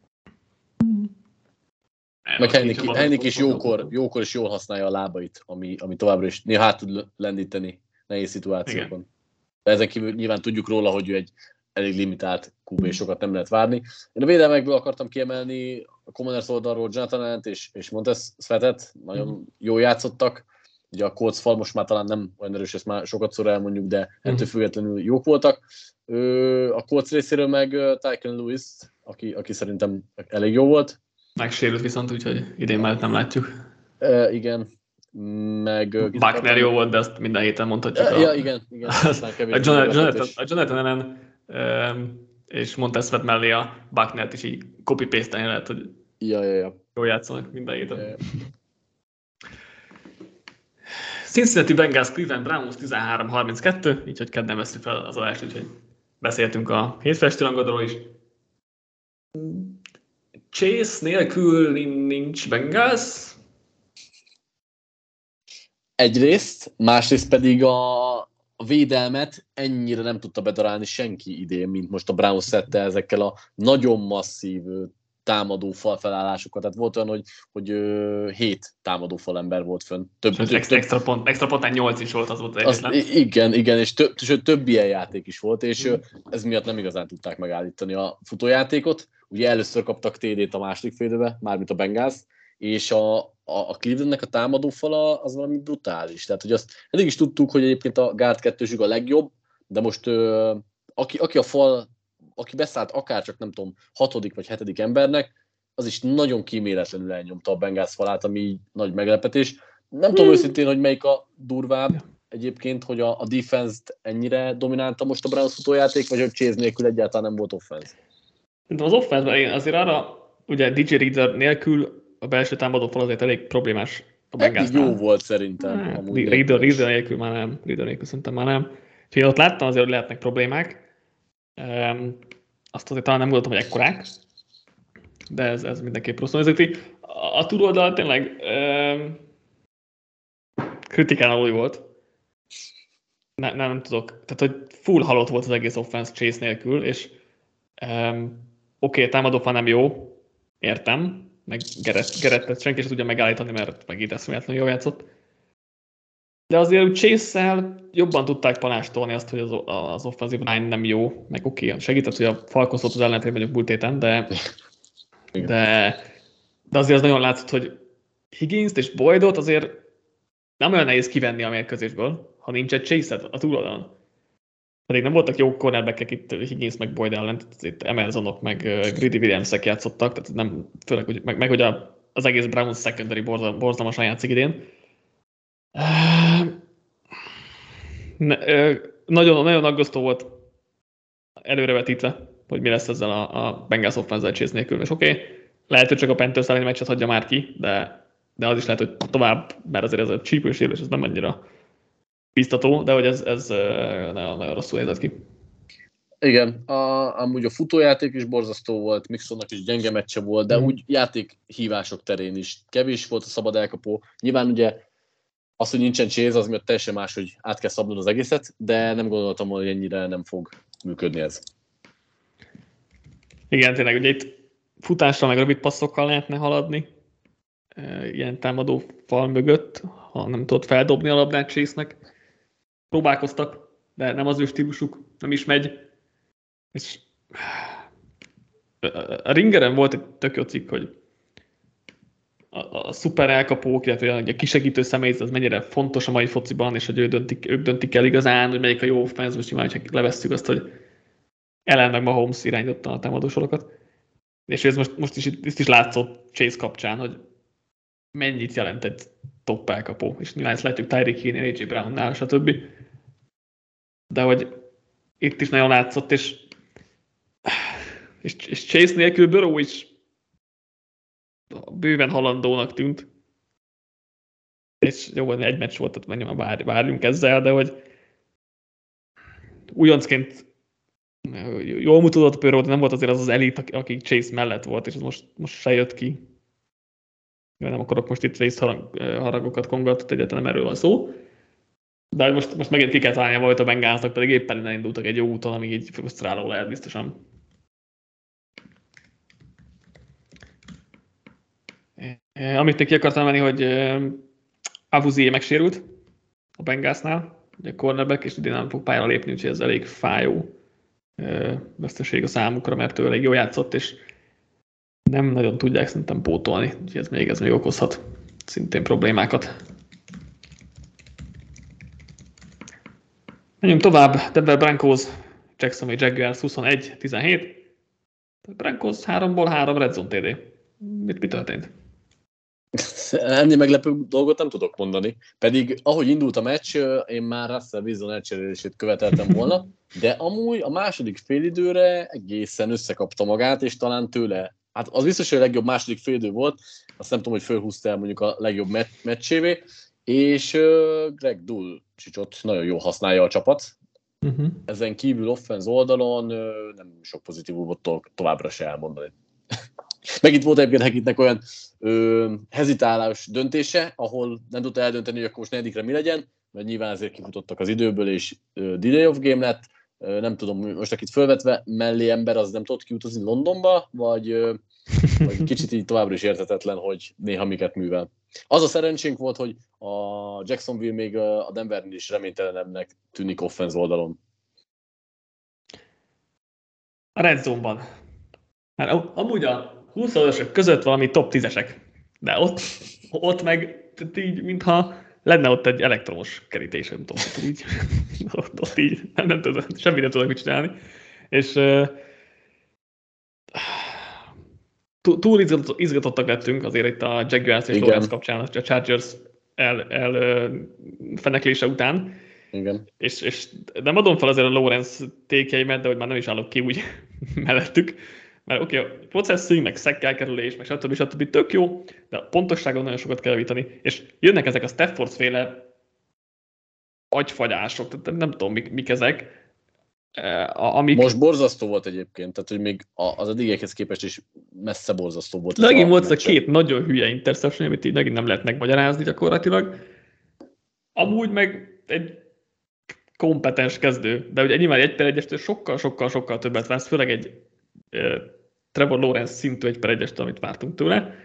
Meg Heineke is jókor, jókor is jól használja a lábait, ami, ami továbbra is néha hát tud lendíteni nehéz szituációkban. Igen. De ezen kívül nyilván tudjuk róla, hogy ő egy elég limitált kú bé, sokat nem lehet várni. Én a védelmekből akartam kiemelni a Commanders oldalról Jonathan Allen-t és, és Montez Sweatet, nagyon mm. jól játszottak. Ugye a Colts fal most már talán nem olyan erős, ezt már sokat szor elmondjuk, de mm. ettől függetlenül jók voltak. A Colts részéről meg Tyken Lewis, aki, aki szerintem elég jó volt. Megsérült viszont, úgyhogy idén már nem látjuk. E, igen. Meg... Buckner jó volt, de azt minden héten mondhatjuk. Ja, a, igen, igen. Az, a, Jonathan, a Jonathan Allen um, és Montez Sweat mellé a Bucknert is így copy-paste-elni lehet, hogy ja, ja, ja. jól játszanak minden héten. Ja, ja. Cincinnati Bengals Cleveland Browns tizenhárom harminckettő, így hogy kedden vesztük fel az adást, úgyhogy beszéltünk a hétfesti rangadóról is. Chase nélkül nincs Bengals. Egyrészt, másrészt pedig a, a védelmet ennyire nem tudta bedarálni senki idén, mint most a Browns szedte ezekkel a nagyon masszív támadó fal felállásokat. Tehát volt olyan, hogy, hogy ö, hét támadó fal ember volt fönn. Több, több, több, extra, extra, pont, extra pontán nyolc is volt, az volt az az, egyetlen. igen, igen, és több, sőt, több ilyen játék is volt, és hmm. ez miatt nem igazán tudták megállítani a futójátékot. Ugye először kaptak té dét a második félidőbe, mármint a Bengals, és a, a, a Clevelandnek a támadó fala az valami brutális. Tehát, hogy azt eddig is tudtuk, hogy egyébként a guard kettősük a legjobb, de most ö, aki, aki a fal, aki beszállt akár csak nem tudom, hatodik vagy hetedik embernek, az is nagyon kíméletlenül elnyomta a Bengals falát, ami nagy meglepetés. Nem hmm. tudom őszintén, hogy melyik a durvább egyébként, hogy a, a defense-t ennyire dominálta most a Browns futójáték, vagy hogy Chase nélkül egyáltalán nem volt offense. De az offense azért arra, ugye dé jé Reader nélkül a belső támadó fal azért elég problémás a Bengalsnál. Eddig jó volt szerintem. Hát, Reader, Reader nélkül már nem. Reader nélkül szerintem már nem. Úgyhogy én ott láttam azért, hogy lehetnek problémák. Um, azt azért talán nem gondoltam, hogy ekkorák. De ez, ez mindenképp rosszul nézeti. A, a túloldal tényleg um, kritikán alul volt. Ne, nem, nem tudok. Tehát, hogy full halott volt az egész offense Chase nélkül, és um, oké, okay, támadó fal nem jó, értem, meg Gerettet senki sem tudja megállítani, mert megint eszméletlenül jól játszott. De azért úgy Chase-szel jobban tudták panástolni azt, hogy az, az offensive line nem jó, meg oké, okay, segített, hogy a Falcons volt az ellentét mondjuk múlt héten, de, de, de azért az nagyon látszott, hogy Higgins-t és Boydot azért nem olyan nehéz kivenni a mérkőzésből, ha nincs egy Chase-ed a túloldalon. Pedig nem voltak jó cornerback-ek itt Higgins meg Boyd ellen, tehát itt Emersonok meg Greedy Williams-ek játszottak, tehát nem, főleg, hogy, meg, meg hogy a, az egész Browns secondary borzal, borzalmasan játszik idén. Ne, nagyon, nagyon aggasztó volt előrevetítve, hogy mi lesz ezzel a, a Bengals offense-el Chase nélkül. És oké, okay, lehet, hogy csak a Panthers elleni meccset hagyja már ki, de, de az is lehet, hogy tovább, mert azért ez a csípős és ez nem annyira biztató, de hogy ez, ez nagyon, nagyon rosszul nézett ki. Igen, a, amúgy a futójáték is borzasztó volt, Mixonnak is gyenge meccse volt, de mm. úgy játékhívások terén is kevés volt a szabad elkapó. Nyilván ugye az, hogy nincsen Chase, az miatt teljesen más, hogy át kell szabnod az egészet, de nem gondoltam, hogy ennyire nem fog működni ez. Igen, tényleg, ugye itt futással meg rövid passzokkal lehetne haladni, ilyen támadó fal mögött, ha nem tudod feldobni a labdát Chase-nek. Próbálkoztak, de nem az ő stílusuk, nem is megy. És a Ringeren volt egy tök jó cikk, hogy a, a szuper elkapók, illetve a kisegítő személyzet, az mennyire fontos a mai fociban, és hogy ő döntik, ők döntik el igazán, hogy melyik a jó offense, most nyilván, hogyha levesszük azt, hogy Allen meg Mahomes irányította a támadósorokat. És ez most, most is, itt is látszott Chase kapcsán, hogy mennyit jelent egy top elkapó. És nyilván ezt látjuk Tyreek Hill-nél, á jé Brownnál, stb. De hogy itt is nagyon látszott, és, és, és Chase nélkül Burrow is bőven halandónak tűnt. És jó, egy meccs volt, tehát menjünk, vár, várjunk ezzel, de hogy újoncként jól mutatott Burrow, de nem volt azért az az elit, aki Chase mellett volt, és ez most, most se jött ki. Nem akarok most itt részt harag, haragokat kongatott, egyáltalán nem erről van szó. De most, most megint ki kell találnia volt a Bengalsnak, pedig éppen innen indultak egy jó úton, ami így frusztráló lehet biztosan. Amit még ki akartam menni, hogy Avuzie megsérült a Bengalsnál, ugye cornerback, és idén nem fog pályára lépni, úgyhogy ez elég fájó veszteség a számukra, mert ő elég jól játszott, és nem nagyon tudják szerintem pótolni, úgyhogy ez még, ez még okozhat szintén problémákat. Menjünk tovább, Denver Broncos, Jacksonville Jaguars huszonegy tizenhét. Broncos háromból három red zone té dé. Mit, mi történt? Ennél meglepő dolgot nem tudok mondani. Pedig ahogy indult a meccs, én már Russell Wilson elcserélését követeltem volna, de amúgy a második félidőre egészen összekapta magát, és talán tőle, hát az biztos, hogy a legjobb második félidő volt, azt nem tudom, hogy fölhúzta el mondjuk a legjobb met- meccsévé, és uh, Greg Dulcichot nagyon jól használja a csapat. Uh-huh. Ezen kívül offense oldalon uh, nem sok pozitívumot to- továbbra se elmondani. Megint volt egyébként Hekitnek olyan ö, hezitálás döntése, ahol nem tudta eldönteni, hogy akkor most negyedikre mi legyen, mert nyilván ezért kifutottak az időből, és ö, delay of game lett, nem tudom, most akit fölvetve, mellé ember az nem tudott kiutazni Londonba, vagy, vagy kicsit így továbbra is érthetetlen, hogy néha miket művel. Az a szerencsénk volt, hogy a Jacksonville még a Denvernél is reménytelenebbnek tűnik offense oldalon. A red zone-ban. Hát amúgy a húszasok között valami top tízesek, de ott, ott meg így, mintha lenne ott egy elektromos kerítés, nem tudom, ott így, ott, ott így, nem, nem tudom, semmi nem tudok mit csinálni. És uh, túl izgatottak lettünk azért itt a Jaguars és Lawrence kapcsán, a Chargers el, el uh, feneklése után. Igen. És, és nem adom fel azért a Lawrence tékjeimet, de hogy már nem is állok ki úgy mellettük. Mert oké, okay, a processzing, meg szekkelkerülés, meg stb. stb. Tök jó, de a pontosságon nagyon sokat kell javítani, és jönnek ezek a Stafford-féle agyfagyások, tehát nem tudom, mik, mik ezek. Amik... Most borzasztó volt egyébként, tehát hogy még az eddigiekhez képest is messze borzasztó volt. Megint volt ez a két nagyon hülye interception, amit így megint nem lehet megmagyarázni gyakorlatilag. Amúgy meg egy kompetens kezdő, de ugye nyilván egy per egyestől sokkal-sokkal-sokkal többet vársz, főleg egy uh, Trevor Lawrence szintű egy per egyestől, amit vártunk tőle.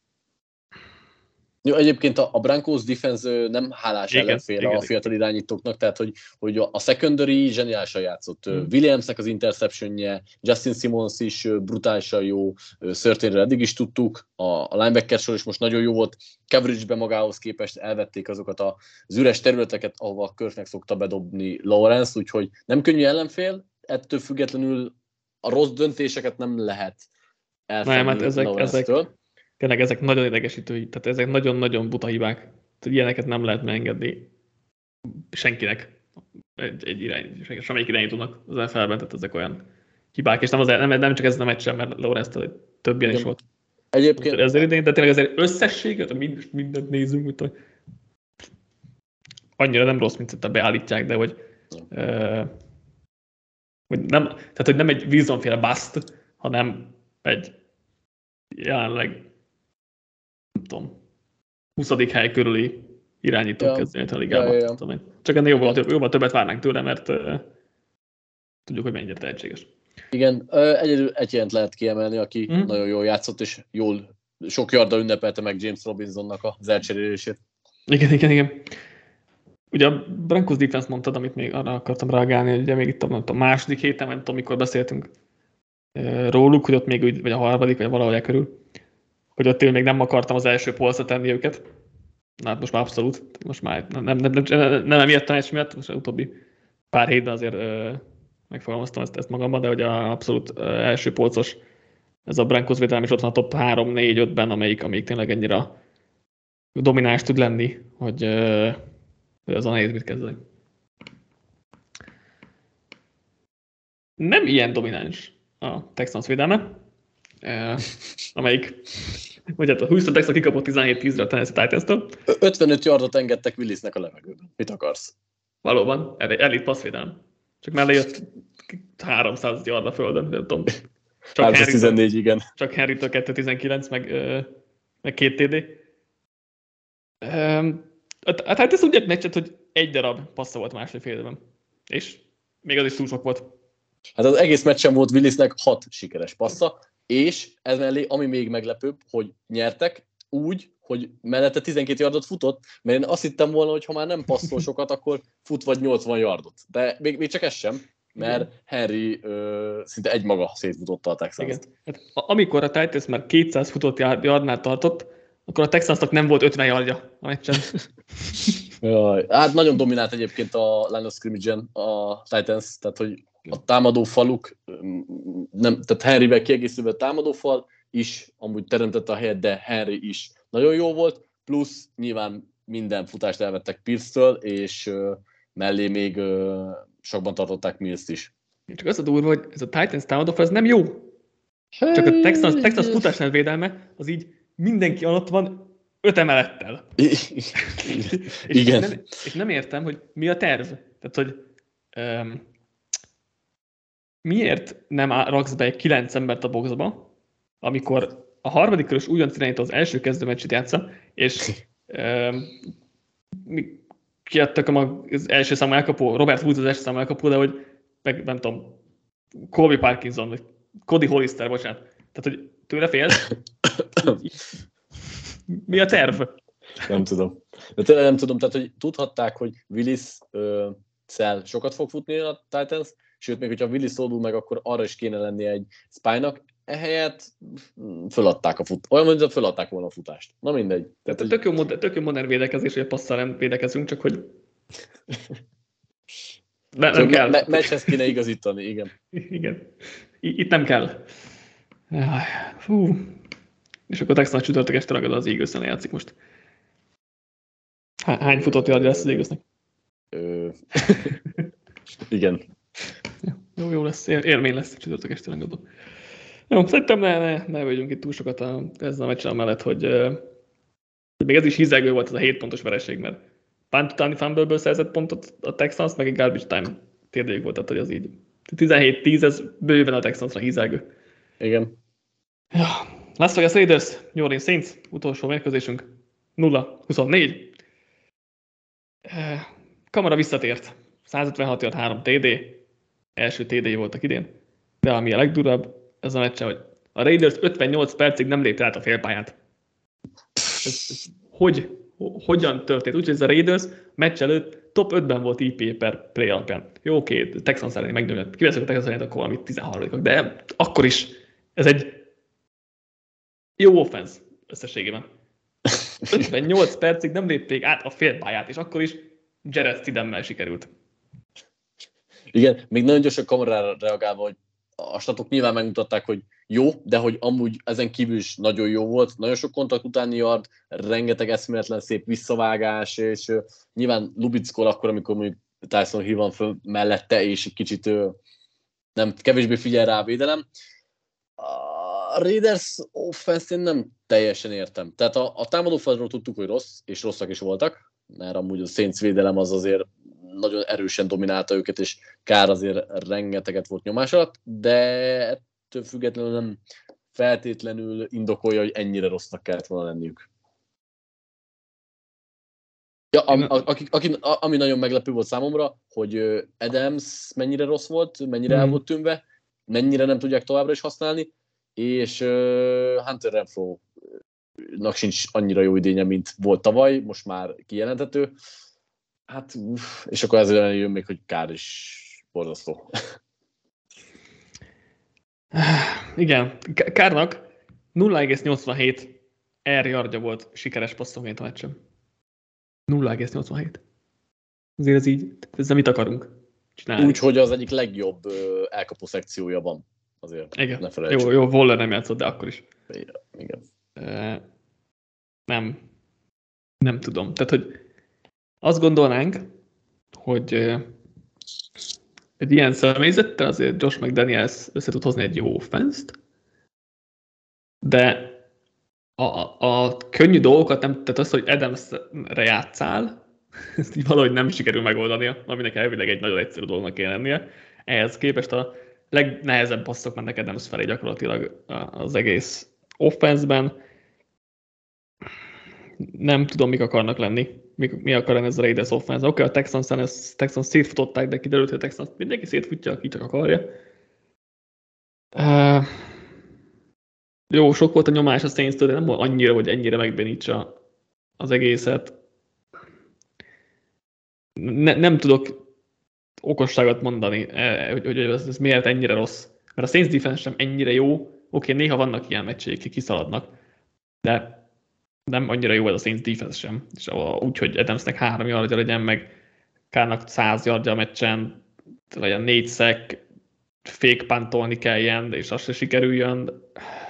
Jó, egyébként a, a Broncos defense nem hálás igen, ellenfél igen, a fiatal igen. irányítóknak, tehát hogy, hogy a secondary zseniálisan játszott. Hmm. Williamsnek az interceptionje, Justin Simmons is brutálisan jó, Surtainről eddig is tudtuk, a, a linebacker sor is most nagyon jó volt, coverage-be magához képest elvették azokat az üres területeket, ahova a Kirknek szokta bedobni Lawrence, úgyhogy nem könnyű ellenfél, ettől függetlenül a rossz döntéseket nem lehet elfedni hát ezek, Lawrence-től. Ezek... Tényleg ezek nagyon idegesítői, tehát ezek nagyon-nagyon buta hibák. Tehát ilyeneket nem lehet megengedni senkinek, egy, egy irány, semmelyik irányítónak az en ef el-ben, tehát ezek olyan hibák, és nem, az, nem, nem csak ez a meccsen, mert Lawrence több ilyen is volt. Egyébként... Ezért idén, de tényleg azért összességet, mind, mindent nézünk, mint hogy annyira nem rossz, mint hogy beállítják, de hogy, uh, hogy nem, tehát hogy nem egy Wilson-féle bust, hanem egy jelenleg nem tudom, huszadik hely körüli irányító ja. kezdőnyt a ligában. Ja, ja, ja. Csak ennél jóval, jóval többet várnánk tőle, mert uh, tudjuk, hogy mennyire tehetséges. Igen, egyedül egy ilyent lehet kiemelni, aki mm. nagyon jól játszott, és jól sok yarda ünnepelte meg James Robinsonnak az elcserélését. Igen, igen, igen. Ugye a Broncos defense mondtad, amit még arra akartam reagálni, hogy ugye még itt a, a második héten, nem tudom, amikor beszéltünk uh, róluk, hogy ott még úgy, vagy a harmadik, vagy valahogy körül, hogy ott én még nem akartam az első polcra tenni őket. Na hát most már abszolút. Most már nem, nem, nem, nem, nem emiatt a meccs miatt, most utóbbi pár hétben azért ö, megfogalmaztam ezt, ezt magamban, de hogy a abszolút ö, első polcos ez a Broncos védelem is ott van a top három négy ötben, amelyik, amelyik tényleg ennyire domináns tud lenni, hogy, ö, hogy az a nehéz mit kezdeni. Nem ilyen domináns a Texans védelme, ö, amelyik Ugye hát a Houston Texans kikapott tizenhét tízre a Tennessee Titans-től. ötvenöt yardot engedtek Willisnek a levegőben. Mit akarsz? Valóban, elit passzvédelem. Csak mellé jött háromszáz yard a földön, nem tudom. Csak háromszáztizennégy, igen. Csak Henrytől kettőszáztizenkilenc, meg, meg két té dé. Hát hát ez úgy egy meccset, hogy egy darab passza volt másfél fél időben. És még az is túl sok volt. Hát az egész meccsen volt Willisnek hat sikeres passza, és ez mellé, ami még meglepőbb, hogy nyertek úgy, hogy mellette tizenkét yardot futott, mert én azt hittem volna, hogy ha már nem passzol sokat, akkor fut vagy nyolcvan yardot. De még, még csak ez sem, mert igen. Henry ö, szinte egymaga szétfutotta a Texans-t. Hát, amikor a Titans már kétszáz futott yardnál tartott, akkor a Texansnak nem volt ötven yardja a meccsen. Jaj, hát nagyon dominált egyébként a line of scrimmage-en a Titans, tehát hogy a támadó faluk, nem, tehát Henryvel kiegészülve a támadó fal is amúgy teremtette a helyet, de Henry is nagyon jó volt, plusz nyilván minden futást elvettek Pierce-től, és uh, mellé még uh, sokban tartották Mills-t is. Csak az a durva, hogy ez a Titans támadó fal, ez nem jó. Csak a Texans, Texans futásnál védelme, az így mindenki alatt van öt emelettel. és, Igen. Nem, és nem értem, hogy mi a terv. Tehát, hogy um, miért nem raksz be egy kilenc embert a boxba, amikor a harmadik körös újonc irányító az első kezdőmeccset játsza, és um, kiadtak az első számú elkapó, Robert Woods az első számú elkapó, de hogy meg nem tudom, Colby Parkinson, vagy Cody Hollister, bocsánat. Tehát, hogy tőle félsz? Mi a terv? Nem tudom. De tényleg nem tudom, tehát, hogy tudhatták, hogy Willis-szel sokat fog futni a Titans, sőt, még hogyha Willis szólul meg, akkor arra is kéne lennie egy spy-nak, ehelyett föladták a fut, olyan mondja, hogy föladták volna a futást. Na mindegy. Tehát, tök, jó modern, tök jó modern védekezés, hogy passzal nem védekezünk, csak hogy ne, nem kell. Me- meccshez kéne igazítani, igen. Igen. Itt nem kell. Fú. És akkor Texas csütörtök este ragad az Eagles-en játszik most. Hány futott yardja lesz az Eaglesnek? Ö... igen. Jó, jó lesz, élmény lesz a csütörtök este ragadó. Jó, szerintem ne, ne, ne vegyünk itt túl sokat a, ezzel a meccsen mellett, hogy, hogy még ez is hízelgő volt ez a hét pontos vereség, mert punt utáni fumble-ből szerzett pontot a Texans, meg egy garbage time térdéjük volt, tehát hogy az így tizenhét tíz, ez bőven a Texansra hízelgő. Igen. Ja. Las Vegas Raiders, New Orleans Saints, utolsó mérkőzésünk, nulla huszonnégy. Kamara visszatért, százötvenhat yard, három té dé, első té dé voltak idén, de ami a legdurvább, ez a meccse, hogy a Raiders ötvennyolc percig nem lépte át a félpályát. Ez, ez, hogy, hogyan történt? Úgyhogy ez a Raiders meccs előtt top ötben volt i pé per play alapján. Jó, oké, Texans elleni megnőtt, kiveszek a Texans elleni, akkor valami tizenharmadikak, de akkor is ez egy jó offense összességében. ötvennyolc percig nem lépték át a félpályát, és akkor is Jared Stidhammel sikerült. Igen, még nagyon gyorsan Kamarára reagálva, hogy a statok nyilván megmutatták, hogy jó, de hogy amúgy ezen kívül is nagyon jó volt. Nagyon sok kontakt utáni yard, rengeteg eszméletlen szép visszavágás, és uh, nyilván lubickol akkor, amikor mondjuk Tyson Hill van föl mellette, és egy kicsit uh, nem, kevésbé figyel rá a védelem. A Raiders offense-én nem teljesen értem. Tehát a, a támadófalról tudtuk, hogy rossz, és rosszak is voltak, mert amúgy a Saints védelem az azért nagyon erősen dominálta őket, és kár azért rengeteget volt nyomás alatt, de ettől függetlenül nem feltétlenül indokolja, hogy ennyire rossznak kellett volna lenniük. Ja, am, aki, aki, ami nagyon meglepő volt számomra, hogy Adams mennyire rossz volt, mennyire mm. el volt tűnve, mennyire nem tudják továbbra is használni, és Hunter Renfrow-nak sincs annyira jó idénye, mint volt tavaly, most már kijelentető. Hát, és akkor ezzel jön még, hogy kár is borzasztó. Igen, Kárnak nulla egész nyolcvanhét air yardja volt sikeres passzonként a meccsen. nulla egész nyolcvanhét. Azért ez így, ezzel mit akarunk csinálni? Úgy, hogy az egyik legjobb uh, elkapó szekciója van. Azért igen. Ne felejtsük. Jó, jó, Waller nem játszott, de akkor is. Igen. Uh, nem. Nem tudom. Tehát, hogy azt gondolnánk, hogy uh, egy ilyen személyzettel azért Josh McDaniels össze tud hozni egy jó offense-t, de a, a, a könnyű dolgokat nem, tehát az, hogy Adamsre játszál, ezt így valahogy nem sikerül megoldania, aminek elvileg egy nagyon egyszerű dolognak kell lennie. Ehhez képest a legnehezebb passzok mennek Adams felé gyakorlatilag az egész offense-ben. Nem tudom, mik akarnak lenni. Mi, mi akar lenni ez a Raiders offense. Oké, okay, a Texans-en ezt Texans szétfutották, de kiderült, hogy a Texans mindenki szétfutja, aki csak akarja. Uh, jó, sok volt a nyomás a Saints-től, de nem annyira, hogy ennyire megbénítsa az egészet. Ne, nem tudok okosságot mondani, hogy, hogy ez, ez miért ennyire rossz. Mert a Saints defense sem ennyire jó. Oké, okay, néha vannak ilyen meccsék, ki kiszaladnak, de nem annyira jó ez a Saints defense sem. És úgyhogy Adamsnek három yardja legyen, meg Kárnak száz yardja a meccsen, legyen négy szek, fake puntolni kelljen, és az se sikerüljön.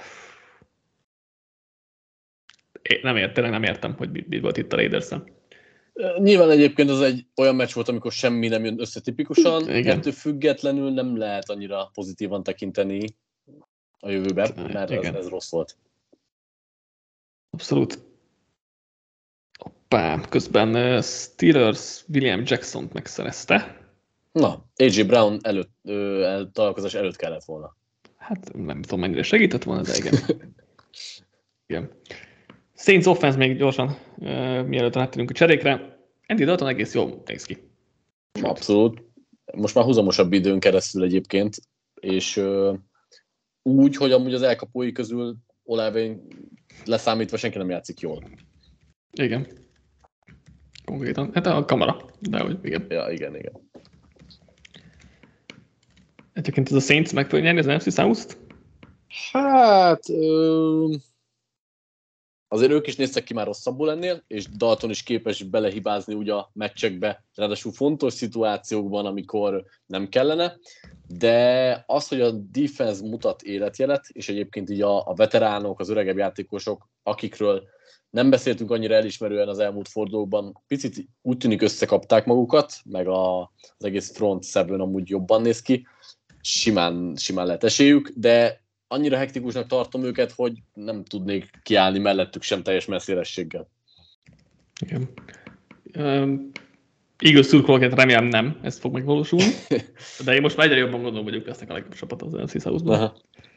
Én nem értem, nem értem, hogy mit, mit volt itt a Raiders-en. Nyilván egyébként az egy olyan meccs volt, amikor semmi nem jön össze tipikusan, ettől függetlenül nem lehet annyira pozitívan tekinteni a jövőbe, mert ez, ez rossz volt. Abszolút. Hoppá, közben Steelers William Jackson-t megszerezte. Na, á jé Brown előtt, ö, találkozás előtt kellett volna. Hát nem tudom, mennyire segített volna, de igen. igen. Saints offense még gyorsan, uh, mielőtt áttérünk a cserékre. Andy Dalton egész jól néz ki. Abszolút. most már húzamosabb időn keresztül egyébként, és uh, úgy, hogy amúgy az elkapói közül Olave leszámítva senki nem játszik jól. Igen. Konkrétan. Hát a kamera, de hogy igen. Ja, igen, igen. Egyébként ez a Saints meg tudja nyerni az en ef cé South-t? Hát... Ö... Azért ők is néztek ki már rosszabbul ennél, és Dalton is képes belehibázni ugye a meccsekbe, ráadásul fontos szituációkban, amikor nem kellene, de az, hogy a defense mutat életjelet, és egyébként így a, a veteránok, az öregebb játékosok, akikről nem beszéltünk annyira elismerően az elmúlt fordulókban, picit úgy tűnik összekapták magukat, meg a, az egész front seven amúgy jobban néz ki, simán, simán lehet esélyük, de annyira hektikusnak tartom őket, hogy nem tudnék kiállni mellettük sem teljes messzélességgel. Igen. Um, Eagles szurkolóként remélem nem, ez fog megvalósulni, de én most már egyre jobban gondolom, hogy ők lesznek a legjobb csapat az en ef cé South-ban.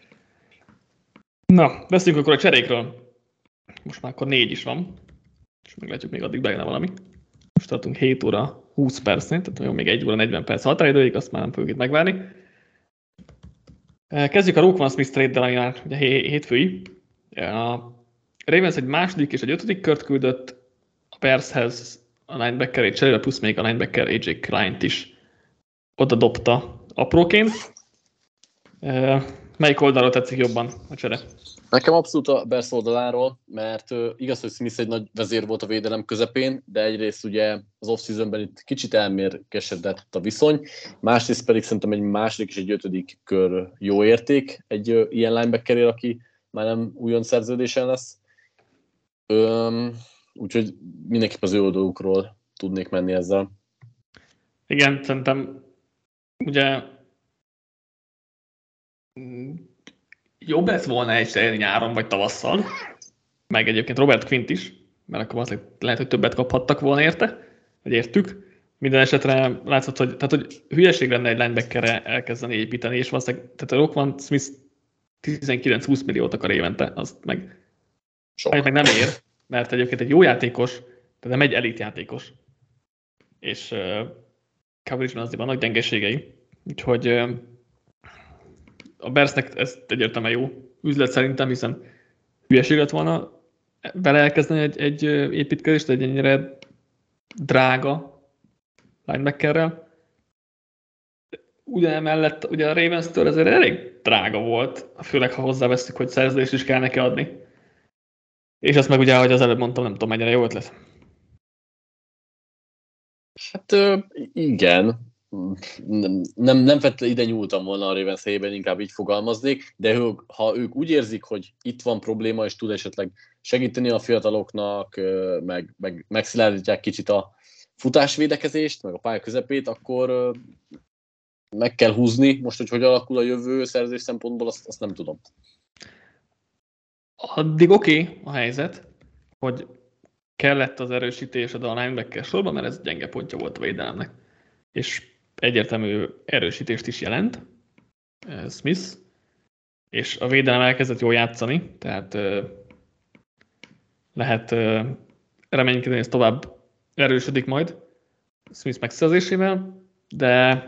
Na, beszéljünk akkor a cserékről. Most már akkor négy is van, és meglátjuk, még addig bejönne valami. Most tartunk hét óra húsz percnél, tehát még egy óra negyven perc határidőig, azt már nem fogjuk itt megvárni. Kezdjük a Roquan Smith trade-del, ami már ugye hétfői. A Ravens egy második és egy ötödik kört küldött, a Bearshez a linebackerét cserébe, plusz még a linebacker á jé Kleint is oda dobta apróként. Melyik oldalról tetszik jobban a csere? Nekem abszolút a Bears oldaláról, mert uh, igaz, hogy Smith egy nagy vezér volt a védelem közepén, de egyrészt ugye az off-seasonben itt kicsit elmérgesedett a viszony, másrészt pedig szerintem egy második és egy ötödik kör jó érték egy uh, ilyen linebackerért, aki már nem újon szerződésen lesz. Um, úgyhogy mindenképp az ő oldalukról tudnék menni ezzel. Igen, szerintem ugye jobb lett volna egy nyáron vagy tavasszal, meg egyébként Robert Quint is, mert akkor az lehet, hogy többet kaphattak volna érte, vagy értük. Minden esetre látszott, hogy, tehát, hogy hülyeség lenne egy linebackerre elkezdeni építeni, és valószínűleg, tehát a Roquan Smith tizenkilenc-húsz milliót akar évente, azt meg, meg nem ér, mert egyébként egy jó játékos, tehát nem egy elit játékos. És uh, coverage-ben azért vannak gyengeségei, úgyhogy uh, a Bearsnek ez egyértelműen jó üzlet szerintem, hiszen hülyeség lett volna vele elkezdeni egy, egy építkezést, egy ennyire drága linebackerrel. Ugye emellett ugye a Ravens-től ezért elég drága volt, főleg ha hozzávesztük, hogy szerződést is kell neki adni. És azt meg ugye, ahogy az előbb mondtam, nem tudom, mennyire jó ötlet. Hát igen. Nem, nem, nem feltétlenül ide nyúltam volna a Ravens helyében, inkább így fogalmaznék, de ők, ha ők úgy érzik, hogy itt van probléma, és tud esetleg segíteni a fiataloknak, meg, meg megszilárdítják kicsit a futásvédekezést, meg a pálya közepét, akkor meg kell húzni. Most, hogy hogy alakul a jövő szerzés szempontból, azt, azt nem tudom. Addig oké okay a helyzet, hogy kellett az erősítésed a linebacker sorban, mert ez gyenge pontja volt a védelemnek. És egyértelmű erősítést is jelent Smith, és a védelem elkezdett jól játszani, tehát lehet reménykedni, hogy ez tovább erősödik majd Smith megszerzésével, de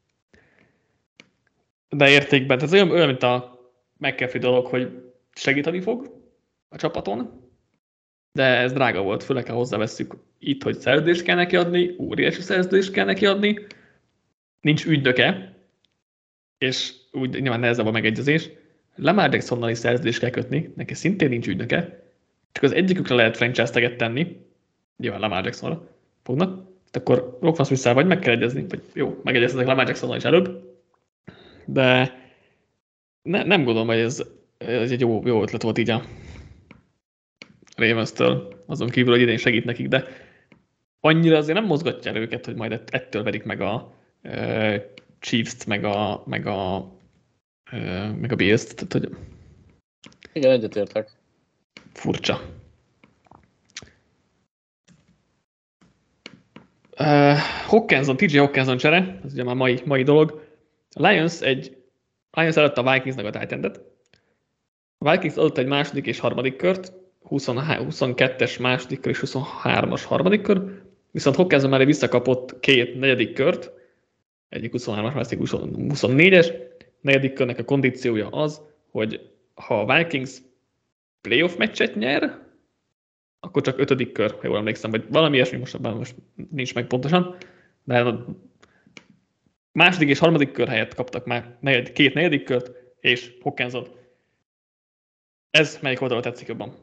de értékben, tehát olyan, olyan mint a McCaffrey dolog, hogy segíteni fog a csapaton, de ez drága volt, főleg ha hozzáveszünk itt, hogy szerződést kell neki adni, óriási szerződést kell neki adni, nincs ügynöke, és úgy nyilván nehezebb a megegyezés. Lamar Jacksonnal is szerződést kell kötni, neki szintén nincs ügynöke, csak az egyikükre lehet franchise-teget tenni, nyilván Lamar Jacksonra fognak, akkor Roquan Smith-szel vagy meg kell egyezni, vagy jó, megegyeztetek Lamar Jacksonnal is előbb, de ne, nem gondolom, hogy ez, ez egy jó, jó ötlet volt így a Ravens-től, azon kívül, hogy idén segít nekik, de annyira azért nem mozgatja el őket, hogy majd ettől verik meg a uh, Chiefs-t, meg a, meg a, uh, meg a Bills-t. Tehát, hogy igen, egyetértek. Furcsa. Uh, Hockenson, té jé Hockenson csere, ez ugye már mai, mai dolog. A Lions egy Lions előtt a Vikingsnak a tight endet. A Vikings adott egy második és harmadik kört, huszonkettes második kör és huszonhármas harmadik kör, viszont Hockenson már visszakapott két negyedik kört, egyik huszonhármas, másik huszonnégyes. Negyedik körnek a kondíciója az, hogy ha a Vikings playoff meccset nyer, akkor csak ötödik kör, ha jól emlékszem, vagy valami ilyesmi, most, most nincs meg pontosan, de a második és harmadik kör helyett kaptak már negyed, két negyedik kört, és Hockensot. Ez melyik oldalra tetszik jobban?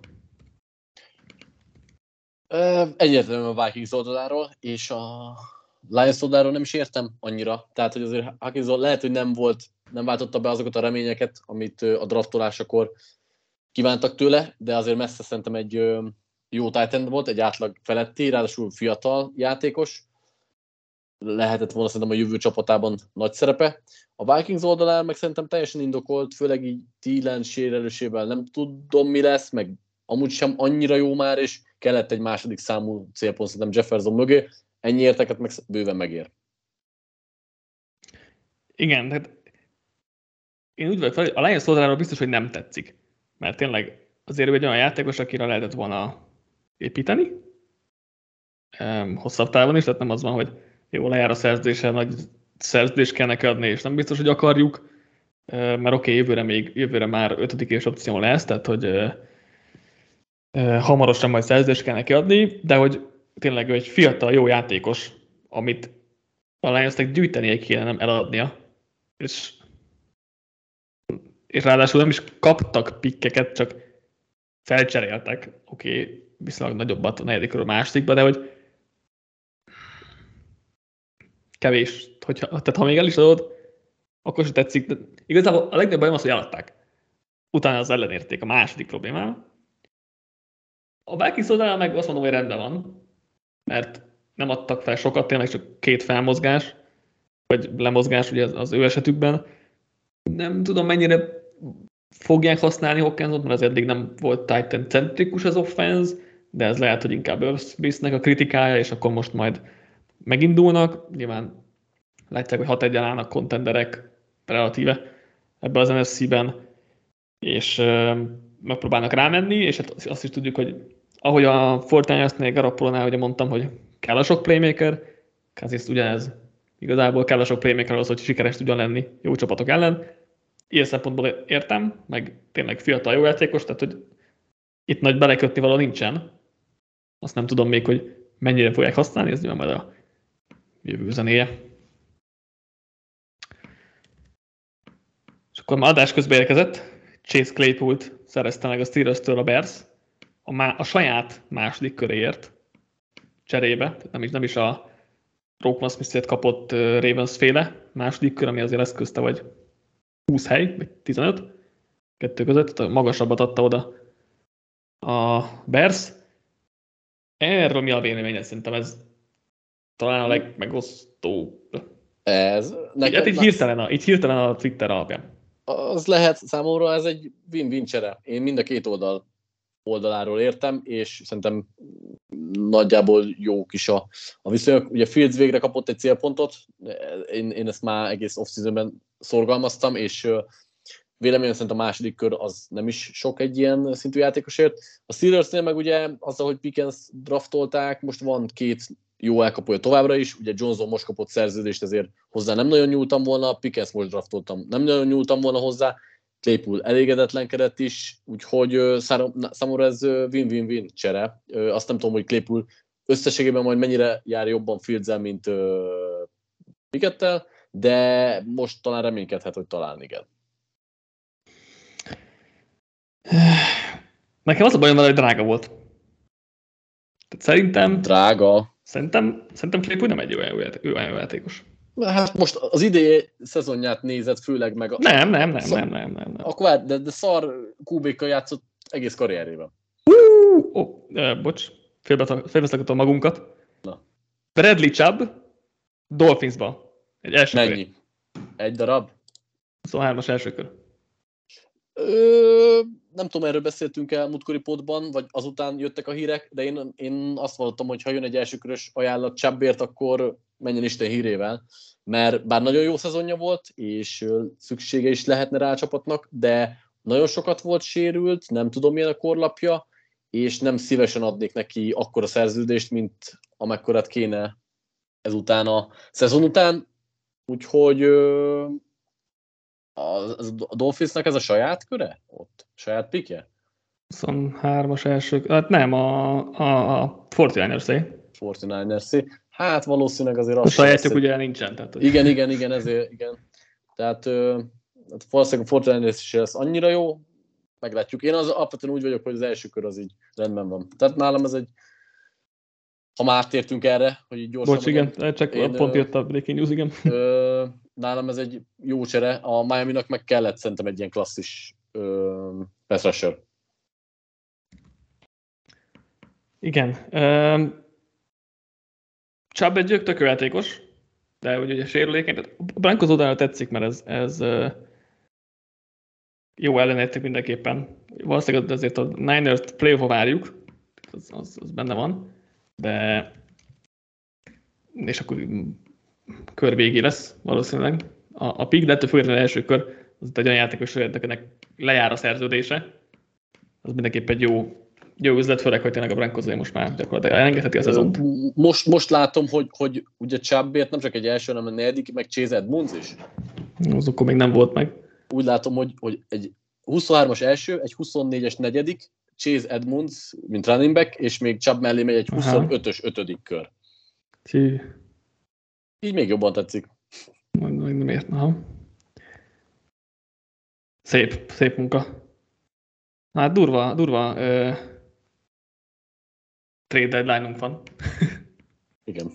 Egyértelműen a Vikings oldaláról, és a Lions oldaláról nem is értem annyira. Tehát, hogy azért Hawkinson lehet, hogy nem volt, nem váltotta be azokat a reményeket, amit a draftolásakor kívántak tőle, de azért messze szerintem egy jó tight end volt, egy átlag feletti, ráadásul fiatal játékos. Lehetett volna szerintem a jövő csapatában nagy szerepe. A Vikings oldalán meg szerintem teljesen indokolt, főleg így Thielen sérülésével nem tudom mi lesz, meg amúgy sem annyira jó már, és kellett egy második számú célpont szerintem Jefferson mögé. Ennyi érteket meg bőven megér. Igen, tehát én úgy vagyok fel, hogy a Lions oldaláról biztos, hogy nem tetszik. Mert tényleg azért ő egy olyan játékos, akire lehetett volna építeni. Hosszabb távon is, tehát nem az van, hogy jó, lejár a szerződése, nagy szerződést kell neki adni, és nem biztos, hogy akarjuk, mert oké, okay, jövőre még, jövőre már ötödik és opció lesz, tehát hogy hamarosan majd szerződést kell neki adni, de hogy tényleg egy fiatal, jó játékos, amit a Lionsnek gyűjtenie kéne, nem eladnia, és, és ráadásul nem is kaptak pikkeket, csak felcseréltek, oké, okay, viszonylag nagyobbat a negyedikről a másodikba, de hogy kevés. Hogyha, tehát ha még el is adod, akkor sem tetszik. De igazából a legnagyobb bajom az, hogy eladták. Utána az ellenérték a második problémával. A Vikings oldalán meg azt mondom, hogy rendben van, mert nem adtak fel sokat, tényleg csak két felmozgás, vagy lemozgás ugye az, az ő esetükben. Nem tudom, mennyire fogják használni Hockensot, mert az eddig nem volt Titan-centrikus az offense, de ez lehet, hogy inkább Irv-Smithnek a kritikája, és akkor most majd megindulnak. Nyilván látják, hogy hat egyen állnak kontenderek relatíve ebbe az en ef cé-ben, és uh, megpróbálnak rámenni, és hát azt is tudjuk, hogy ahogy a Fortnite-nél Garoppolónál ugye mondtam, hogy kell a sok playmaker, Kansas ugyanez. Igazából kell a sok playmaker ahhoz, hogy sikeres tudjon lenni jó csapatok ellen. Ilyen szempontból értem, meg tényleg fiatal jó játékos, tehát hogy itt nagy belekötni való nincsen. Azt nem tudom még, hogy mennyire fogják használni, ez nyilván majd a jövő zenéje. És akkor már adás közben érkezett, Chase Claypoolt szerezte meg a Steelers-től a Bears a, má- a saját második köréért cserébe, tehát nem is, nem is a Roquan Smith-et kapott uh, Ravens féle második kör, ami azért lesz közte, vagy húsz hely, vagy tizenöt, kettő között, tehát magasabbat adta oda a Bears. Erről mi a véleményed? Szerintem ez talán a legmegosztóbb. Ez nekem hát így hirtelen, a, így hirtelen a Twitter alapján. Az lehet számomra, ez egy win-win csere. Én mind a két oldal oldaláról értem, és szerintem nagyjából jók is a, a viszonyok. Ugye Fields végre kapott egy célpontot, én, én ezt már egész off-seasonben szorgalmaztam, és véleményem szerint a második kör az nem is sok egy ilyen szintű játékosért. A Steelersnél meg ugye azzal, hogy Pickens draftolták, most van két jó elkapója továbbra is, ugye Johnson most kapott szerződést, ezért hozzá nem nagyon nyúltam volna, Pickens most draftoltam, nem nagyon nyúltam volna hozzá, Claypool elégedetlenkedett is, úgyhogy számomra ez win-win-win csere. Azt nem tudom, hogy Claypool összességében majd mennyire jár jobban Fields-el, mint Pickettel, de most talán reménykedhet, hogy talán igen. Nekem az a bajom vele, hogy drága volt. Tehát szerintem... Drága. Szerintem, szerintem Claypool nem egy olyan jó játékos. Hát most az idei szezonját nézed, főleg meg a... Nem, nem, nem, szar... nem, nem, nem, nem. Akkor hát, de, de szar kú békkal játszott egész karrierében. Uh, oh, uh, bocs, félbeszakadtam magunkat. Na. Bradley Chubb, Dolphinsba. Egy első Mennyi? Kör. Egy darab? huszonhármas első kör. Ö, nem tudom, erről beszéltünk el múltkori podban, vagy azután jöttek a hírek, de én, én azt vallottam, hogy ha jön egy elsőkörös ajánlat Chubbért, akkor menjen Isten hírével, mert bár nagyon jó szezonja volt, és szüksége is lehetne rá a csapatnak, de nagyon sokat volt sérült, nem tudom milyen a korlapja, és nem szívesen adnék neki akkora szerződést, mint amekkorát kéne ezután a szezon után. Úgyhogy ö, a, a Dolphinsnak ez a saját köre? Ott? Saját pikje? huszonhármas első, hát nem, a, a, a negyvenkilencesé. negyvenkilencesé. Hát valószínűleg azért A az sem lesz, sajátjuk hogy... ugye nincsen. Tehát, hogy... Igen, igen, igen, ezért, igen. Tehát ö, hát valószínűleg a negyvenkilencesé lesz annyira jó, meglátjuk. Én az alapvetően úgy vagyok, hogy az első kör az így rendben van. Tehát nálam ez egy, ha már tértünk erre, hogy így gyorsan Bocs, mondjam, igen, csak én, pont jött a breaking news, igen. Ö, nálam ez egy jó csere. A Miami-nak meg kellett szerintem egy ilyen klasszis pass rusher. Igen. Um, Chubb egy tök játékos, de ugye, ugye sérülékeny. A Broncos oldalra tetszik, mert ez, ez uh, jó ellenérték mindenképpen. Valószínűleg azért a Niners-t playoff-ba várjuk, az, az, az benne van, de és akkor kör végé lesz valószínűleg. A, a pick, de ettől függetlenül első kör, az egy olyan játékos, akinek lejár a szerződése, az mindenképpen egy jó, jó üzlet, főleg, hogy tényleg a Broncos most már gyakorlatilag elengedheti a szezont. Most, most látom, hogy, hogy ugye Chubbért nem csak egy első, hanem a negyedik, meg Chase Edmonds is. Az akkor még nem volt meg. Úgy látom, hogy, hogy egy huszonhármas első, egy huszonnégyes negyedik, Chase Edmonds, mint running back, és még Chubb mellé megy egy huszonötös ötödik kör. Hű. Így még jobban tetszik. Majd, majd nem ért, aha. Szép, szép munka. Hát durva, durva ö, trade deadline-unk van. Igen.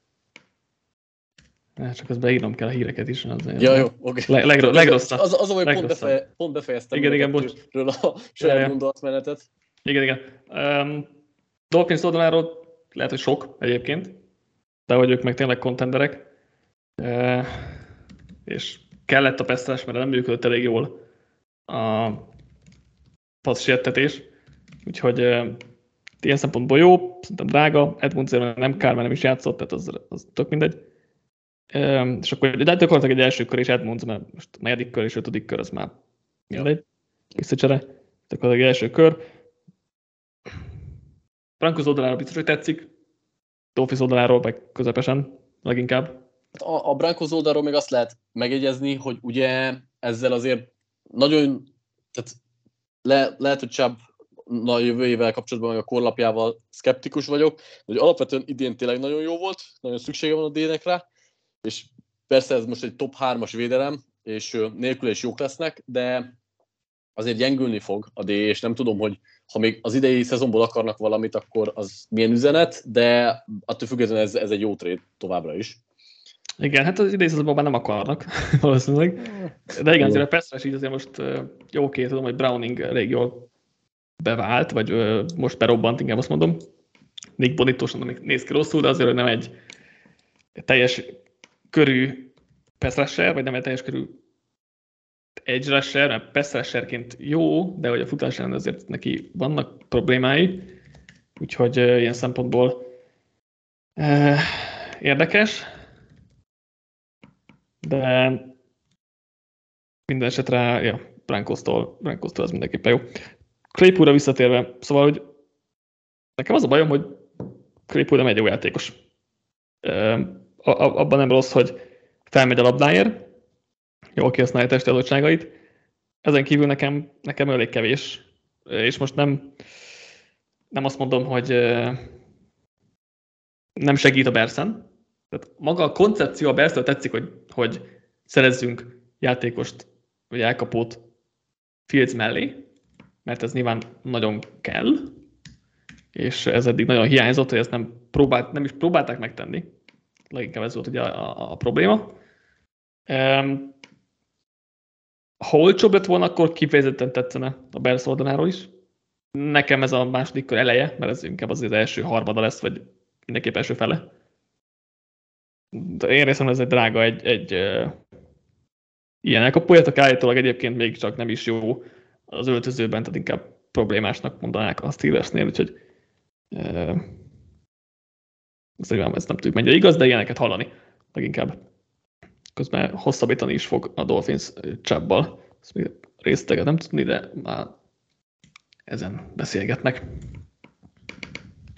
Csak azt beírnom kell a híreket is. Az ja, jó, oké. Okay. Leg, legrosszabb. Az, az, hogy pont, befe, pont befejeztem igen, igen, bocs. a saját gondolatmenetet. Igen, igen. Um, Dolphins oldaláról lehet, hogy sok egyébként, de hogy ők meg tényleg contenderek. Uh, és kellett a pesztás, mert nem működött elég jól a passz sértetés. Úgyhogy uh, ilyen szempontból jó, szerintem drága, Edmonds nem kár, mert nem is játszott, tehát az, az tök mindegy. Um, és akkor de gyakorlatilag egy első kör és Edmonds, mert most a negyedik kör és ötödik kör, az már mindegy. Visszacsere. Gyakorlatilag egy első kör. Broncos oldaláról biztos, hogy tetszik. Dolphins oldaláról meg közepesen leginkább. A, a Broncos oldalról még azt lehet megjegyezni, hogy ugye ezzel azért nagyon, tehát le, lehet, hogy Chubb a jövőjével kapcsolatban, meg a korlapjával szkeptikus vagyok, de hogy alapvetően idén tényleg nagyon jó volt, nagyon szüksége van a D-nek rá, és persze ez most egy top hármas védelem, és nélkül is jók lesznek, de azért gyengülni fog a D, és nem tudom, hogy ha még az idei szezonból akarnak valamit, akkor az milyen üzenet, de attól függetlenül ez, ez egy jó trade továbbra is. Igen, hát az idei szezonban már nem akarnak valószínűleg. De igen, azért a persze így azért most jó, oké, tudom, hogy Browning elég jól bevált, vagy most berobbant, inkább azt mondom. Nick Bonitosan nem néz ki rosszul, de azért nem egy teljes körű pass rusher, vagy nem egy teljes körű edge rusher, mert pass rusherként jó, de hogy a futás ellen azért neki vannak problémái, úgyhogy uh, ilyen szempontból uh, érdekes, de minden esetre, ja, Broncos-tól, Broncos-tól az mindenképpen jó. Claypoolra visszatérve, szóval, hogy nekem az a bajom, hogy Claypool nem egy jó játékos. Uh, abban nem rossz, hogy felmegy a labdáért, jól kihasználja testi adottságait. Ezen kívül nekem, nekem elég kevés. És most nem, nem azt mondom, hogy nem segít a Bearsen. Tehát maga a koncepció a Bearsen tetszik, hogy, hogy szerezzünk játékost, vagy elkapót Fields mellé, mert ez nyilván nagyon kell, és ez eddig nagyon hiányzott, hogy ezt nem, próbált, nem is próbálták megtenni. Leginkább ez volt ugye a, a, a probléma. Um, Ha olcsóbb lett volna, akkor kifejezetten tetszene a Bears oldaláról is. Nekem ez a második kör eleje, mert ez inkább az, az első harmada lesz, vagy mindenképp első fele. De én részemben ez egy drága, egy, egy uh, ilyen elkapójátok, állítólag egyébként még csak nem is jó az öltözőben, tehát inkább problémásnak mondanák a Steelersnél, úgyhogy uh, ezt, ezt nem tudjuk mennyire igaz, de ilyeneket hallani leginkább. Közben hosszabbítani is fog a Dolphins Chubb-bal. Ezt még részleget nem tudni, de már ezen beszélgetnek.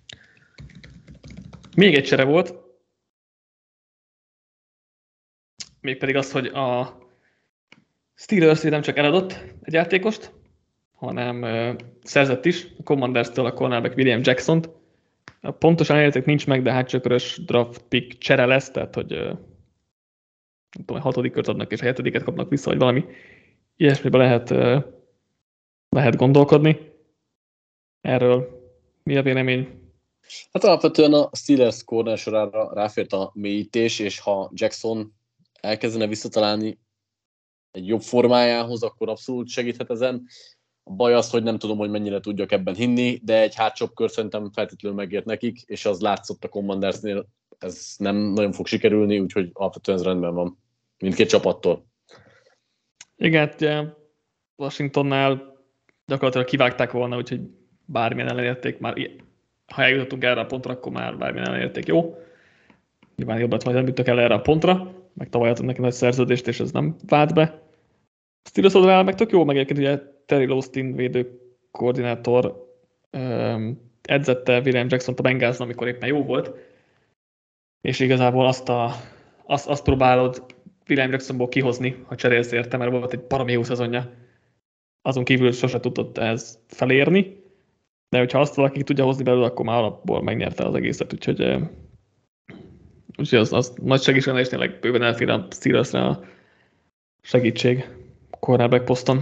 Még egy csere volt. mégpedig az, hogy a Steelers nem csak eladott egy játékost, hanem uh, szerzett is a Commanders-től a cornerback William Jackson-t. A pontosan elérték nincs meg, de hát csak körös draft pick csere lesz, tehát hogy uh, nem tudom, a hatodik kört adnak és a hetediket kapnak vissza, vagy valami ilyesmiben lehet, uh, lehet gondolkodni. Erről mi a vélemény? Hát alapvetően a Steelers corner sorára ráfért a mélyítés, és ha Jackson elkezdene visszatalálni egy jobb formájához, akkor abszolút segíthet ezen. A baj az, hogy nem tudom, hogy mennyire tudjak ebben hinni, de egy hátjobb kör szerintem feltétlenül megért nekik, és az látszott a Commandersnél, ez nem nagyon fog sikerülni, úgyhogy alapvetően ez rendben van. Mindkét csapattól. Igen, ugye Washingtonnál gyakorlatilag kivágták volna, úgyhogy bármilyen elérték már, ha eljutottunk erre a pontra, akkor már bármilyen elérték, jó. Nyilván jobb lett, hogy nem jutottak el erre a pontra, meg tavaly adtak neki nagy szerződést, és ez nem vált be. Steelers oldalán meg tök jó, meg egyébként ugye Terry Lostin védő koordinátor um, edzette William Jackson-t a Bengalsnál, amikor éppen jó volt, és igazából azt, a, azt, azt próbálod William Jacksonból kihozni, ha cserélsz érte, mert volt egy baromi jó szezonja. Azon kívül sose tudott ehhez felérni, de hogyha azt valaki tudja hozni belőle, akkor már alapból megnyerte az egészet, úgyhogy, úgyhogy az, az nagy segítség, és tényleg bőven elfér a Steelersre a segítség cornerback poszton.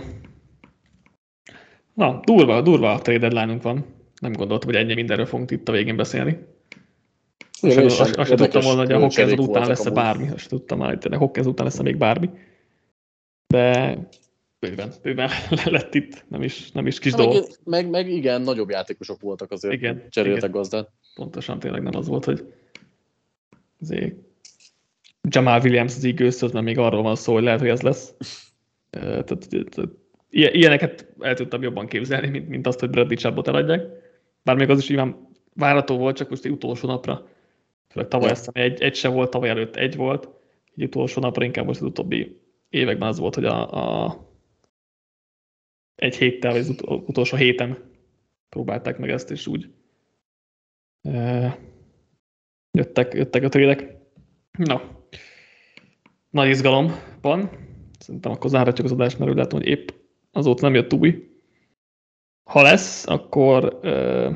Na, durva, durva a trade deadline-unk van. Nem gondoltam, hogy ennyi mindenről fogunk itt a végén beszélni. Igen, azt sem, azt sem tudtam volna, hogy a Hawkins után lesz-e bármi. Azt sem tudtam már, hogy a Hawkins után lesz-e még bármi. De bőven, bőven lett itt, nem is, nem is kis meg, dolog. Meg, meg igen, nagyobb játékosok voltak azért, igen, cseréltek gazdát. Pontosan tényleg nem az volt, hogy azért Jamal Williams az Eagles, az még arról van szó, hogy lehet, hogy ez lesz. Tehát, ilyeneket el tudtam jobban képzelni, mint, mint azt, hogy Bradley Chubbot eladják. Bár még az is nyilván várható volt, csak most egy utolsó napra. Főleg tavaly azt hiszem, egy, egy se volt, tavaly előtt egy volt. Egy utolsó napra inkább most az utóbbi években az volt, hogy a, a egy héttel, vagy az ut- utolsó héten próbálták meg ezt, és úgy e, jöttek, jöttek a trédek. Na, nagy izgalom van. Szerintem akkor zárhatjuk az adást, mert úgy látom, hogy épp azóta nem jött új. Ha lesz, akkor e,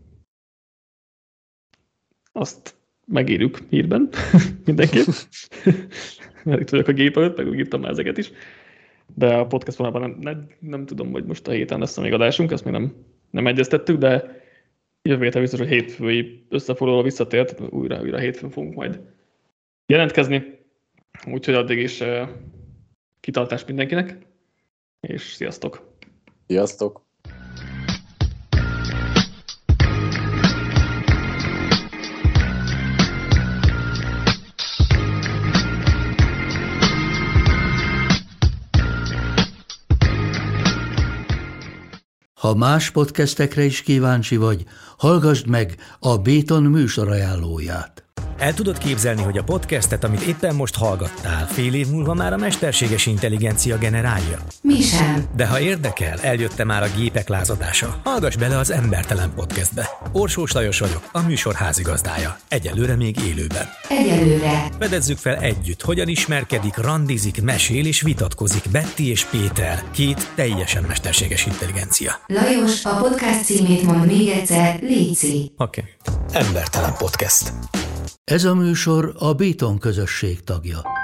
azt megírjuk hírben mindenképp. Mert itt vagyok a gép előtt, meg úgy írtam már ezeket is. De a podcast vonalban nem, nem, nem tudom, hogy most a héten lesz a még adásunk, ezt még nem, nem egyeztettük, de jövő héten biztos, hogy hétfői összefoglalóra visszatért, újra, újra hétfőn fogunk majd jelentkezni. Úgyhogy addig is uh, kitartás mindenkinek, és sziasztok! Sziasztok! Ha más podcastekre is kíváncsi vagy, hallgassd meg a Béton műsor ajánlóját. El tudod képzelni, hogy a podcastet, amit éppen most hallgattál, fél év múlva már a mesterséges intelligencia generálja? Mi sem. De ha érdekel, eljött már a gépek lázadása. Hallgass bele az Embertelen Podcastbe. Orsós Lajos vagyok, a műsor házigazdája. Egyelőre még élőben. Egyelőre. Fedezzük fel együtt, hogyan ismerkedik, randizik, mesél és vitatkozik Betty és Péter, két teljesen mesterséges intelligencia. Lajos, a podcast címét mond még egyszer, léci. Oké. Okay. Embertelen Podcast. Ez a műsor a Béton közösség tagja.